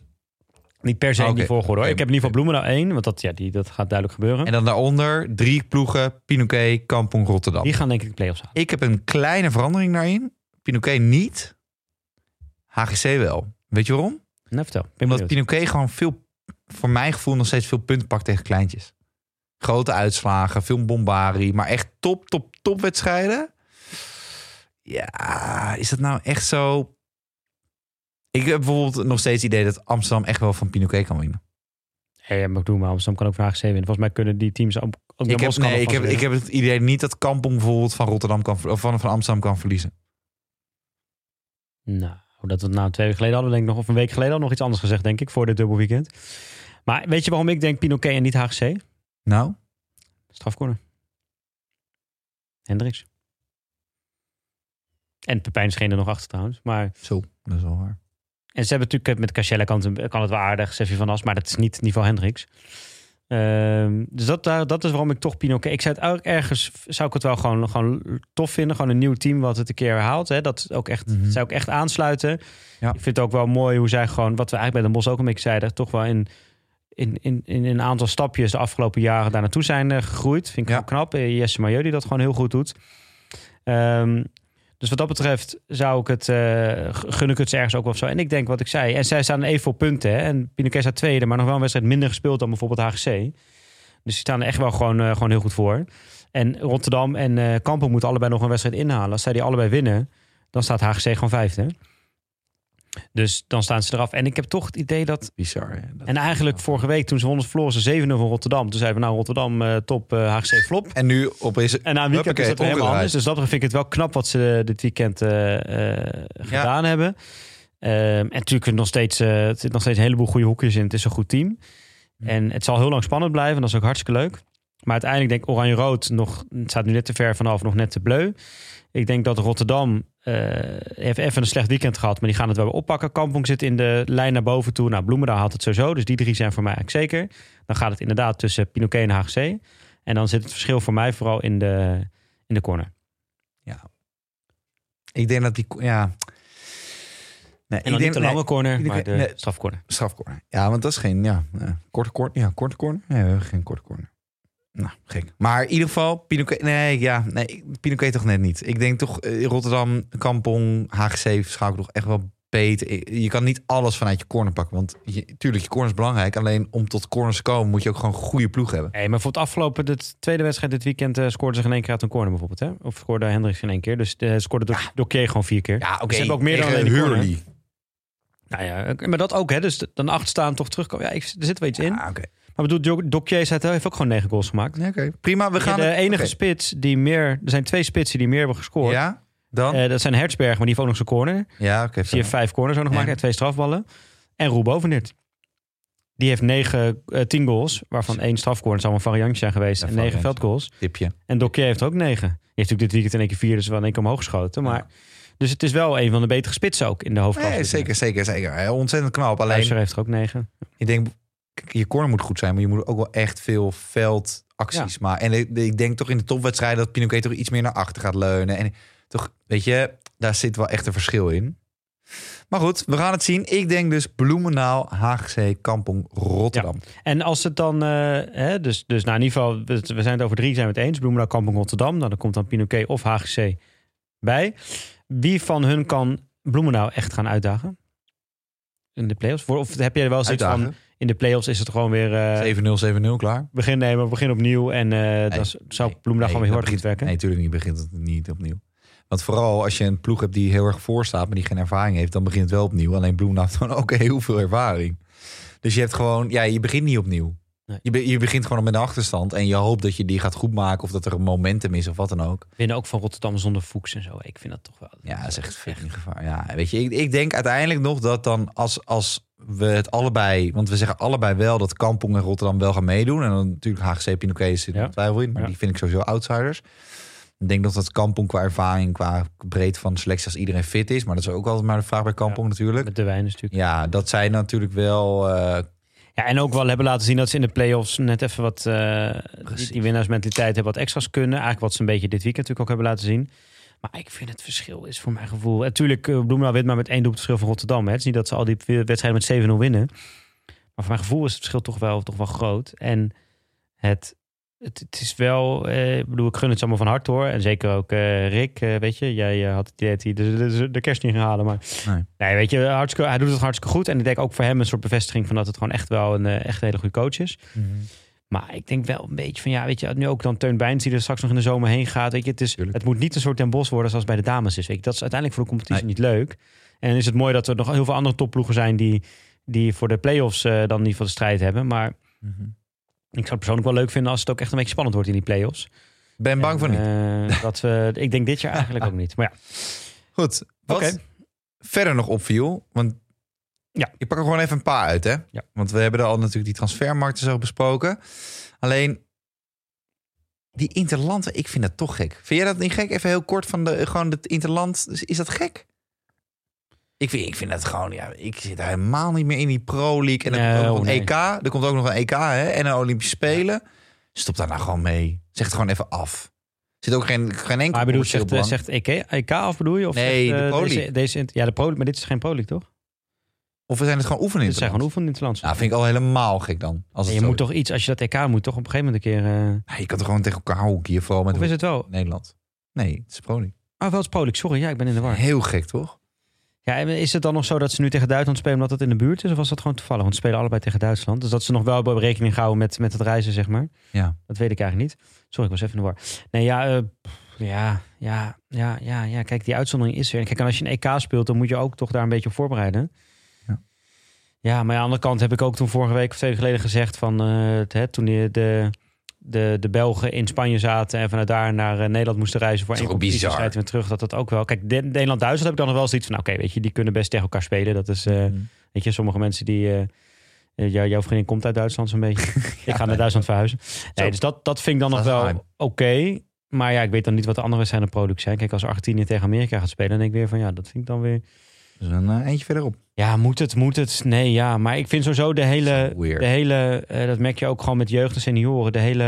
Niet per se in Oké, die volgorde hoor. oké. Ik heb in ieder geval Bloemendaal één, want dat, ja, die, dat gaat duidelijk gebeuren. En dan daaronder drie ploegen. Pinoquet, Kampong, Rotterdam. Die gaan denk ik de play-offs halen. Ik heb een kleine verandering daarin. Pinoquet niet. H G C wel. Weet je waarom? Nou, vertel. Ben Omdat benieuwd. Pinoquet gewoon veel, voor mijn gevoel, nog steeds veel punten pakt tegen kleintjes. Grote uitslagen, veel bombarie, maar echt top, top, top wedstrijden. Ja, is dat nou echt zo? Ik heb bijvoorbeeld nog steeds het idee dat Amsterdam echt wel van Pinoquet kan winnen. Hey, maar doe maar, Amsterdam kan ook van H C C winnen. Volgens mij kunnen die teams ook... ook Ik heb, Bosch kan nee, ook ik, van heb, ze ik winnen. heb het idee niet dat Kampong bijvoorbeeld van Rotterdam kan, of van, van Amsterdam kan verliezen. Nou, dat we nou twee weken geleden hadden we denk ik nog... Of een week geleden al nog iets anders gezegd, denk ik, voor dit dubbelweekend. Maar weet je waarom ik denk Pinoquet en niet H G C? Nou, Strafcorner. Hendricks. En Pepijn scheen er nog achter trouwens. Maar... zo, dat is wel waar. En ze hebben natuurlijk met Cachella kan het, kan het wel aardig, Seffi van As, maar dat is niet niveau Hendricks. Um, dus dat, dat is waarom ik toch Pinoquet... Ik zou het eigenlijk ergens, zou ik het wel gewoon, gewoon tof vinden. Gewoon een nieuw team wat het een keer herhaalt. Hè. Dat ook echt, Mm-hmm. zou ik echt aansluiten. Ja. Ik vind het ook wel mooi hoe zij gewoon, wat we eigenlijk bij Den Bosch ook een beetje zeiden, toch wel in, in, in, in een aantal stapjes de afgelopen jaren daar naartoe zijn uh, gegroeid. Vind ik Ja. wel knap. Uh, Jesse Majeu die dat gewoon heel goed doet. Um, dus wat dat betreft zou ik het, uh, gun ik het ze ergens ook wel of zo. En ik denk wat ik zei. En zij staan even voor punten. Hè? En Pinoquet staat tweede, maar nog wel een wedstrijd minder gespeeld dan bijvoorbeeld H G C. Dus die staan er echt wel gewoon, uh, gewoon heel goed voor. En Rotterdam en uh, Kampong moeten allebei nog een wedstrijd inhalen. Als zij die allebei winnen, dan staat H G C gewoon vijfde. Dus dan staan ze eraf. En ik heb toch het idee dat... Bizar. Ja, dat En eigenlijk vorige week toen ze wonnen, verloren ze zeven nul van Rotterdam. Toen zeiden we nou Rotterdam uh, top, uh, H G C flop. En nu opeens... En na een weekend is dat weer helemaal anders. Dus dat vind ik het wel knap wat ze dit weekend uh, uh, gedaan ja. hebben. Uh, en natuurlijk nog steeds, uh, het zit nog steeds een heleboel goede hoekjes in. Het is een goed team. Ja. En het zal heel lang spannend blijven. Dat is ook hartstikke leuk. Maar uiteindelijk denk ik Oranje-Rood nog, het staat nu net te ver vanaf, nog net te bleu. Ik denk dat Rotterdam uh, heeft even een slecht weekend gehad, maar die gaan het wel weer oppakken. Kampong zit in de lijn naar boven toe. Nou, Bloemendaal had het sowieso, dus die drie zijn voor mij eigenlijk zeker. Dan gaat het inderdaad tussen Pinoquet en H G C. En dan zit het verschil voor mij vooral in de, in de corner. Ja. Ik denk dat die... Ja... Nee, en dan ik niet denk, de lange corner, nee, maar de nee, strafcorner. Strafcorner. Ja, want dat is geen... Ja, uh, korte corner. Ja, korte corner. Nee, geen korte corner. Nou, gek. Maar in ieder geval, Pinoquet... Nee, ja, nee, Pinoquet toch net niet. Ik denk toch, uh, Rotterdam, Kampong, H G C schakelt toch echt wel beter. Je kan niet alles vanuit je corner pakken. Want je, tuurlijk, je corner is belangrijk. Alleen om tot corners te komen moet je ook gewoon een goede ploeg hebben. Hey, maar voor het afgelopen, de tweede wedstrijd dit weekend... Uh, scoorden ze geen één keer uit een corner bijvoorbeeld. Hè? Of scoorde Hendricks in één keer. Dus uh, scoorde ja. Dokier gewoon vier keer. Ja, oké. Okay. Ze hebben ook meer dan alleen de corner. Nou ja, maar dat ook, hè. Dus dan achterstaan toch terugkomen. Ja, ik, er zit wel iets in. Ja, okay. Maar bedoel, Dokier heeft ook gewoon negen goals gemaakt. Ja, oké. Prima, we gaan... Ja, de het... enige okay. spits die meer... Er zijn twee spitsen die meer hebben gescoord. Ja, dan? Uh, dat zijn Hertzberg, maar die heeft ook nog zijn corner. Ja, oké. Okay, dus die heeft vijf corners ook nog ja. gemaakt. Twee strafballen. En Roel Bovendert. Die heeft negen, uh, tien goals. Waarvan één strafcorner zal een variantje zijn geweest. Ja, en negen veldgoals. Tipje. En Dokier heeft er ook negen. Die heeft natuurlijk dit weekend in één keer vier. Dus wel in één keer omhoog geschoten. Maar... Ja. Dus het is wel een van de betere spitsen ook in de hoofdklasse. Nee, zeker, zeker, zeker. Ontzettend knap. Alleen Huizer heeft er ook negen. Ik denk, je corner moet goed zijn, maar je moet ook wel echt veel veldacties ja. maken. En ik denk toch in de topwedstrijden dat Pinoquet toch iets meer naar achter gaat leunen. En toch, weet je, daar zit wel echt een verschil in. Maar goed, we gaan het zien. Ik denk dus Bloemendaal, H G C, Kampong, Rotterdam. Ja. En als het dan, uh, hè, dus, dus nou in ieder geval, we, we zijn het over drie, zijn we het eens. Bloemendaal, Kampong, Rotterdam. Nou, dan komt dan Pinoquet of H G C bij. Wie van hun kan Bloemendaal echt gaan uitdagen? In de play-offs? Of heb jij wel zoiets van, in de play-offs is het gewoon weer... Uh, zeven nul, zeven nul, klaar. Begin nemen, begin opnieuw. En uh, nee, dan zou nee, Bloemendaal nee, gewoon weer heel hard begint, werken. Nee, natuurlijk niet. Begint het niet opnieuw. Want vooral als je een ploeg hebt die heel erg voor staat, maar die geen ervaring heeft, dan begint het wel opnieuw. Alleen Bloemendaal heeft gewoon ook heel veel ervaring. Dus je hebt gewoon, ja, je begint niet opnieuw. Nee. Je, be, je begint gewoon met een achterstand en je hoopt dat je die gaat goedmaken of dat er een momentum is of wat dan ook. Winnen ook van Rotterdam zonder Fuchs en zo. Ik vind dat toch wel... Ja, dat is echt fucking gevaar. Ja, weet je, ik, ik denk uiteindelijk nog dat dan als, als we het allebei, want we zeggen allebei wel dat Kampong en Rotterdam wel gaan meedoen. En dan natuurlijk H G C, Pinoquet zit er twijfel in, maar ja. die vind ik sowieso outsiders. Ik denk dat dat Kampong qua ervaring, qua breedte van de selectie als iedereen fit is. Maar dat is ook altijd maar de vraag bij Kampong ja, natuurlijk. Met de wijn natuurlijk. Ja, dat zij natuurlijk wel... Uh, Ja, en ook wel hebben laten zien dat ze in de play-offs net even wat... Uh, die, die winnaarsmentaliteit hebben wat extra's kunnen. Eigenlijk wat ze een beetje dit weekend natuurlijk ook hebben laten zien. Maar ik vind het verschil is voor mijn gevoel... Natuurlijk, uh, Bloemendaal wint maar met één doelpunt verschil van Rotterdam. Hè. Het is niet dat ze al die wedstrijden met zeven nul winnen. Maar voor mijn gevoel is het verschil toch wel, toch wel groot. En het... Het, het is wel, eh, ik bedoel, ik gun het allemaal van harte hoor. En zeker ook uh, Rick, uh, weet je, jij uh, had het idee dat hij de, de, de kerst niet ging halen. Maar nee, nee weet je, hartstikke, hij doet het hartstikke goed. En ik denk ook voor hem een soort bevestiging van dat het gewoon echt wel een uh, echt een hele goede coach is. Mm-hmm. Maar ik denk wel een beetje van, ja, weet je, nu ook dan Teun Bijns die er straks nog in de zomer heen gaat. Weet je, het, is, het moet niet een soort Den Bosch worden zoals bij de dames is. Weet je, dat is uiteindelijk voor de competitie nee. niet leuk. En dan is het mooi dat er nog heel veel andere topploegen zijn die, die voor de play-offs uh, dan in ieder geval de strijd hebben. Maar... Mm-hmm. Ik zou het persoonlijk wel leuk vinden als het ook echt een beetje spannend wordt in die play-offs. Ben bang voor uh, niet. Dat we, ik denk dit jaar eigenlijk ook niet. Maar ja. Goed. Wat okay. verder nog opviel. Want ja. ik pak er gewoon even een paar uit. Hè? Ja. Want we hebben er al natuurlijk die transfermarkten zo besproken. Alleen die interland, ik vind dat toch gek. Vind jij dat niet gek? Even heel kort van de, gewoon het interland. Is dat gek? Ik vind, ik vind dat gewoon, ja, ik zit daar helemaal niet meer in die Pro League. En er nee, komt ook nog een nee. E K. Er komt ook nog een E K hè? En een Olympische Spelen. Stop daar nou gewoon mee. Zeg het gewoon even af. Er zit ook geen, geen enkel maar bedoel, zegt, zegt E K, E K of bedoel je? Of nee, zegt, de Pro League. Deze, deze, ja, de Pro, maar dit is geen Pro League, toch? Of zijn het gewoon oefenen in Het zijn gewoon oefenen in het land. Nou, vind ik al helemaal gek dan. Als En het je zo moet is. toch iets, als je dat E K moet, toch op een gegeven moment een keer... Uh... Ja, je kan toch gewoon tegen elkaar houden hier, vooral met Of is het wel? Nederland. Nee, het is Pro League. Oh, wel het Pro League. Sorry, ja, ik ben in de war. Heel gek, toch? Ja, en is het dan nog zo dat ze nu tegen Duitsland spelen omdat het in de buurt is? Of was dat gewoon toevallig? Want ze spelen allebei tegen Duitsland. Dus dat ze nog wel hebben rekening houden met, met het reizen, zeg maar. Ja. Dat weet ik eigenlijk niet. Sorry, ik was even in de war. Nee, ja, uh, ja, ja, ja, ja, ja. Kijk, die uitzondering is er. En kijk, en als je een E K speelt, dan moet je ook toch daar een beetje op voorbereiden. Ja, ja, maar aan de andere kant heb ik ook toen vorige week of twee weken geleden gezegd van... Uh, het, hè, toen die, de, de, de Belgen in Spanje zaten en vanuit daar naar uh, Nederland moesten reizen voor één competitiewedstrijd weer terug, dat dat ook wel... Kijk, de, Nederland-Duitsland heb ik dan nog wel zoiets van... Nou, oké, okay, weet je, die kunnen best tegen elkaar spelen. Dat is, uh, mm. weet je, sommige mensen die... Uh, jou, jouw vriendin komt uit Duitsland zo'n beetje. ja, ik ga naar nee, Duitsland verhuizen. Nee, dus dat, dat vind ik dan nog wel oké. Okay. Maar ja, ik weet dan niet wat de andere zijn producten zijn. Kijk, als Argentinië tegen Amerika gaat spelen, dan denk ik weer van ja, dat vind ik dan weer... Dus een uh, eentje verderop. Ja, moet het, moet het. Nee, ja. Maar ik vind sowieso de hele... De hele uh, dat merk je ook gewoon met jeugd en senioren. De hele...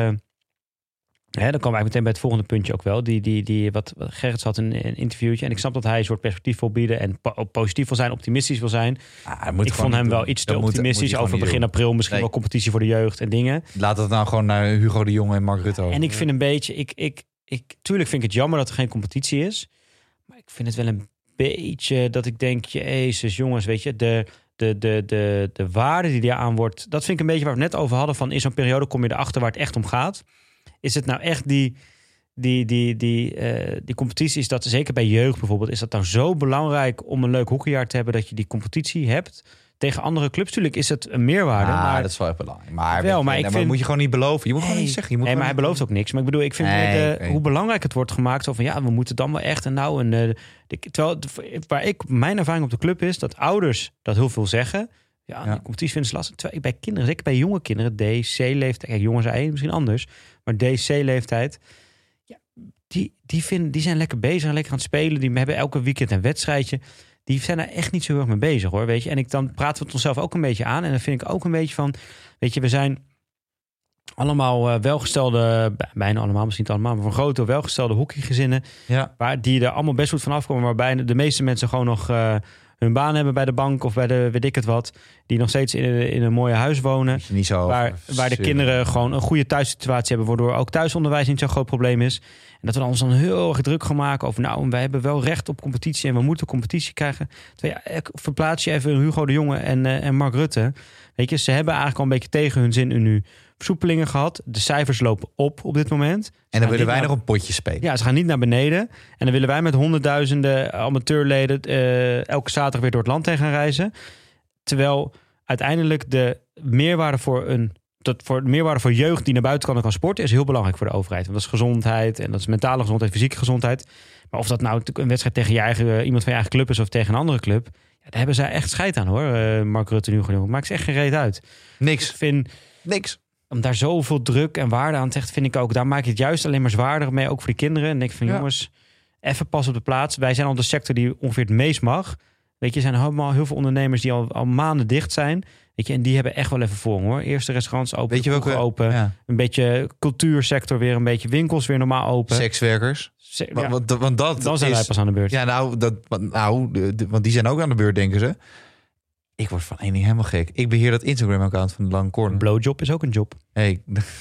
Hè, dan komen wij meteen bij het volgende puntje ook wel. Die, die, die, wat Gerrits had in een interviewtje. En ik snap dat hij een soort perspectief wil bieden. En po- positief wil zijn, optimistisch wil zijn. Ah, moet ik vond hem wel iets te dat optimistisch. Moet, moet over begin april misschien nee. wel competitie voor de jeugd en dingen. Laat het nou gewoon naar Hugo de Jonge en Mark Rutte over. En ik vind een beetje... Ik, ik, ik, tuurlijk vind ik het jammer dat er geen competitie is. Maar ik vind het wel een beetje dat ik denk... Jezus, jongens, weet je... De, de, de, de, de waarde die daar aan wordt... Dat vind ik een beetje waar we het net over hadden. Van in zo'n periode kom je erachter waar het echt om gaat... Is het nou echt die, die, die, die, uh, die competitie, is dat zeker bij jeugd bijvoorbeeld, is dat nou zo belangrijk om een leuk hockeyjaar te hebben dat je die competitie hebt tegen andere clubs? Tuurlijk is het een meerwaarde. Ja, maar dat is wel echt belangrijk. Maar, wel, je, maar ik nee, vind, maar moet je gewoon niet beloven. Je moet nee, gewoon niet zeggen. Je moet nee, maar niet... hij belooft ook niks. Maar ik bedoel, ik vind nee, de, okay. hoe belangrijk het wordt gemaakt. Zo van ja, we moeten dan wel echt en nou. En, uh, de, terwijl, waar ik, mijn ervaring op de club is dat ouders dat heel veel zeggen. Ja, ja. De competitie vinden ze lastig. Terwijl ik bij kinderen, zeker bij jonge kinderen, D, C-leeftijd. Kijk, jongens zijn misschien anders. Maar D, C-leeftijd, ja, die, die, vinden, die zijn lekker bezig, lekker aan het spelen. Die hebben elke weekend een wedstrijdje. Die zijn daar echt niet zo heel erg mee bezig, hoor. Weet je? En ik, dan praten we het onszelf ook een beetje aan. En dan vind ik ook een beetje van... Weet je, we zijn allemaal uh, welgestelde... Bijna allemaal, misschien niet allemaal... maar van grote welgestelde hockeygezinnen. Ja. Waar, die er allemaal best goed van afkomen. Waarbij de meeste mensen gewoon nog... Uh, hun baan hebben bij de bank of bij de weet ik het wat. Die nog steeds in, in een mooie huis wonen. Niet zo waar, waar de kinderen gewoon een goede thuissituatie hebben. Waardoor ook thuisonderwijs niet zo'n groot probleem is. En dat we ons dan heel erg druk gaan maken over... nou, wij hebben wel recht op competitie en we moeten competitie krijgen. Terwijl, ja, verplaats je even Hugo de Jonge en, uh, en Mark Rutte. Weet je, ze hebben eigenlijk al een beetje tegen hun zin in nu versoepelingen gehad. De cijfers lopen op op dit moment. Ze en dan willen wij naar, nog een potje spelen. Ja, ze gaan niet naar beneden. En dan willen wij met honderdduizenden amateurleden uh, elke zaterdag weer door het land heen gaan reizen. Terwijl uiteindelijk de meerwaarde voor een dat voor de meerwaarde voor jeugd die naar buiten kan en kan sporten is heel belangrijk voor de overheid. Want dat is gezondheid en dat is mentale gezondheid, fysieke gezondheid. Maar of dat nou een wedstrijd tegen je eigen, iemand van je eigen club is of tegen een andere club, ja, daar hebben zij echt scheid aan, hoor. Uh, Mark Rutte nu gewoon. Maakt ze echt geen reet uit. Niks. Ik vind niks. Om daar zoveel druk en waarde aan te hechten, vind ik ook. Daar maak je het juist alleen maar zwaarder mee, ook voor die kinderen. En denk van, ja. jongens, even pas op de plaats. Wij zijn al de sector die ongeveer het meest mag. Weet je, er zijn allemaal heel veel ondernemers die al, al maanden dicht zijn. Weet je, en die hebben echt wel even voor, hoor. Eerst de restaurants open, weet je welke, open. Ja. Een beetje cultuursector weer, een beetje winkels weer normaal open. Sekswerkers. Se- ja. want, want dat Dan zijn is, wij pas aan de beurt. Ja, nou, dat, nou de, de, want die zijn ook aan de beurt, denken ze. Ik word van één ding helemaal gek. Ik beheer dat Instagram-account van de Lange Corner. Een blowjob is ook een job. Hey.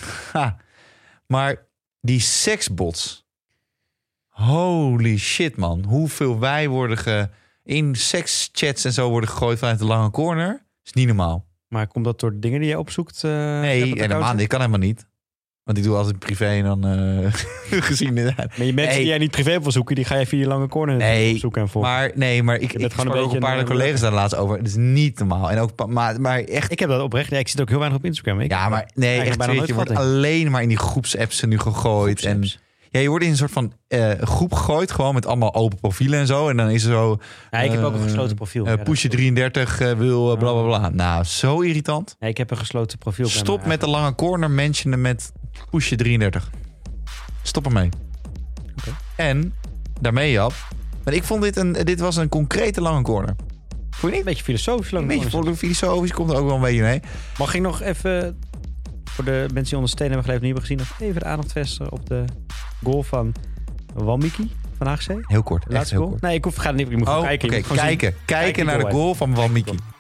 Maar die seksbots. Holy shit, man. Hoeveel wij worden ge... in sekschats en zo worden gegooid vanuit de Lange Corner. Is niet normaal. Maar komt dat door de dingen die je opzoekt? Uh, nee, helemaal, ik kan helemaal niet. Want ik doe altijd privé en dan uh, gezien inderdaad. Maar je mensen hey. die jij niet privé wil zoeken, die ga je via je Lange Corner nee, opzoeken en volgen. Maar nee, maar ik, ik sprak ook een paar een collega's daar laatst over. Het is niet normaal. En ook, maar, maar echt. Ik heb dat oprecht. Ja, ik zit ook heel weinig op Instagram. Ik ja, maar nee, echt. Weet, je wordt in. alleen maar in die groepsapps nu gegooid en. Ja, je wordt in een soort van uh, groep gegooid, gewoon met allemaal open profielen en zo. En dan is er zo... Ja, ik heb uh, ook een gesloten profiel. Uh, ja, Poesje drieëndertig uh, wil uh, bla bla bla. Nou, zo irritant. Ja, ik heb een gesloten profiel. Stop met de Lange Corner mentionen met Poesje drieëndertig. Stop ermee. Okay. En daarmee, Jap. Maar ik vond dit een, dit was een concrete Lange Corner. Vond je niet? Een beetje filosofisch. Een beetje filosofisch komt er ook wel een beetje mee. Mag ik nog even... Voor de mensen die onder steen hebben geleefd en niet hebben gezien, nog even de aandacht vestigen op de goal van Walmiki van H C. Heel kort. Laatste heel goal. Kort. Nee, ik hoef, ga er niet. Je moet oh, kijken. Okay. Je moet kijken, kijken, kijken naar de goal van Walmiki.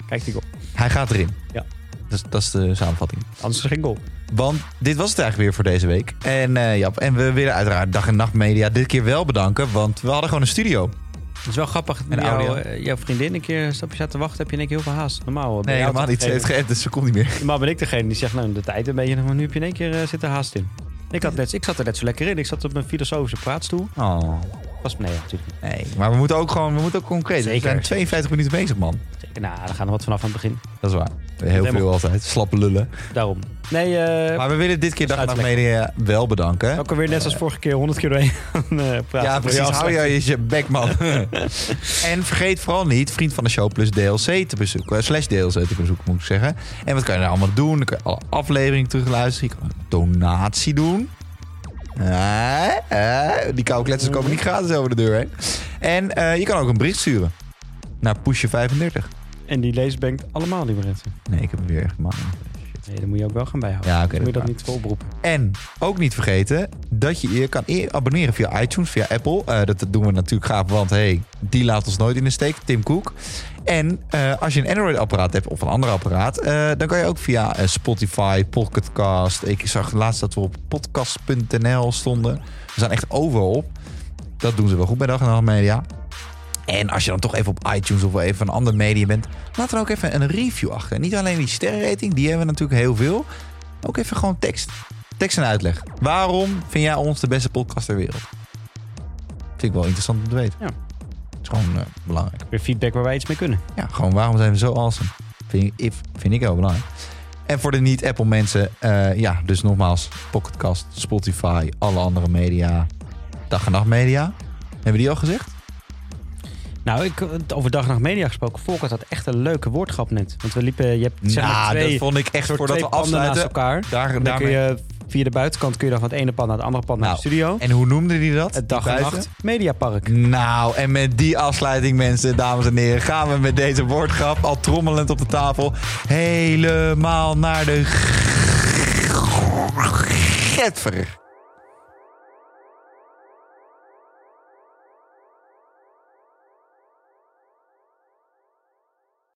Kijk die goal. Hij gaat erin. Ja. Dus, dat is de samenvatting. Anders is er geen goal. Want dit was het eigenlijk weer voor deze week. En, uh, ja, en we willen uiteraard Dag en Nacht Media dit keer wel bedanken. Want we hadden gewoon een studio. Het is wel grappig. En Jouw, audio. uh, jouw vriendin een keer een stapje zat te wachten. Heb je in één keer heel veel haast. Normaal. ben Nee, jij helemaal altijd niet. Ze heeft degene- geappt, dus ze komt niet meer. Normaal ben ik degene die zegt, nou, de tijd een beetje. Maar nu heb je in één keer uh, zit er haast in. Ik, had net, ik zat er net zo lekker in. Ik zat op mijn filosofische praatstoel. Oh. Was nee, natuurlijk niet. Nee, maar we moeten ook gewoon we moeten ook concreet. Zeker. We zijn tweeënvijftig minuten bezig, man. Zeker, nou, daar gaan we wat vanaf aan het begin. Dat is waar. Heel Helemaal. veel altijd. Slappe lullen. Daarom. Nee, eh Maar we willen dit keer Dag en Nacht Sluit Media wel bedanken. ook alweer net zoals vorige keer honderd keer doorheen uh, praten. Ja, precies. Hou je eens je bek, man. En vergeet vooral niet Vriend van de Show plus D L C te bezoeken. Slash D L C te bezoeken, moet ik zeggen. En wat kan je nou allemaal doen? Dan kan je alle afleveringen terugluisteren. Je kan een donatie doen. Eh, eh, die koude kletsers komen niet gratis over de deur heen. En uh, je kan ook een bericht sturen. Naar Poesje vijfendertig. En die leesbank allemaal die berichten. Nee, ik heb hem weer echt gemaakt. Nee, dan moet je ook wel gaan bijhouden. Ja, oké. Dan moet je dat dat is niet volberoepen. En ook niet vergeten dat je je kan e- abonneren via iTunes, via Apple. Uh, dat doen we natuurlijk graag, want hey, die laat ons nooit in de steek. Tim Cook. En uh, als je een Android-apparaat hebt of een ander apparaat, uh, dan kan je ook via uh, Spotify, Pocketcast. Ik zag laatst dat we op podcast punt n l stonden. We staan echt overal op. Dat doen ze wel goed bij Dag en Nacht Media. En als je dan toch even op iTunes of even een ander medium bent, laat er ook even een review achter. Niet alleen die sterrenrating, die hebben we natuurlijk heel veel. Ook even gewoon tekst. Tekst en uitleg. Waarom vind jij ons de beste podcast ter wereld? Vind ik wel interessant om te weten. Ja. Het is gewoon uh, belangrijk. Weer feedback waar wij iets mee kunnen. Ja, gewoon waarom zijn we zo awesome? Vind ik, vind ik heel belangrijk. En voor de niet-Apple mensen, uh, ja, dus nogmaals, Pocketcast, Spotify, alle andere media, Dag en Nacht Media. Hebben we die al gezegd? Nou, ik, over Dag en Nacht Media gesproken. Volker had echt een leuke woordgrap net. Want we liepen, je hebt zeg maar Nou, twee, dat vond ik echt soort voordat twee we panden naast afsluiten. elkaar. Daar, Dan kun daarmee. je via de buitenkant kun je dan van het ene pand naar het andere pand naar Nou, de studio. En hoe noemde hij dat? Het Dag en Buiten? Nacht Mediapark. Nou, en met die afsluiting, mensen, dames en heren, gaan we met deze woordgrap, al trommelend op de tafel, helemaal naar de Getver.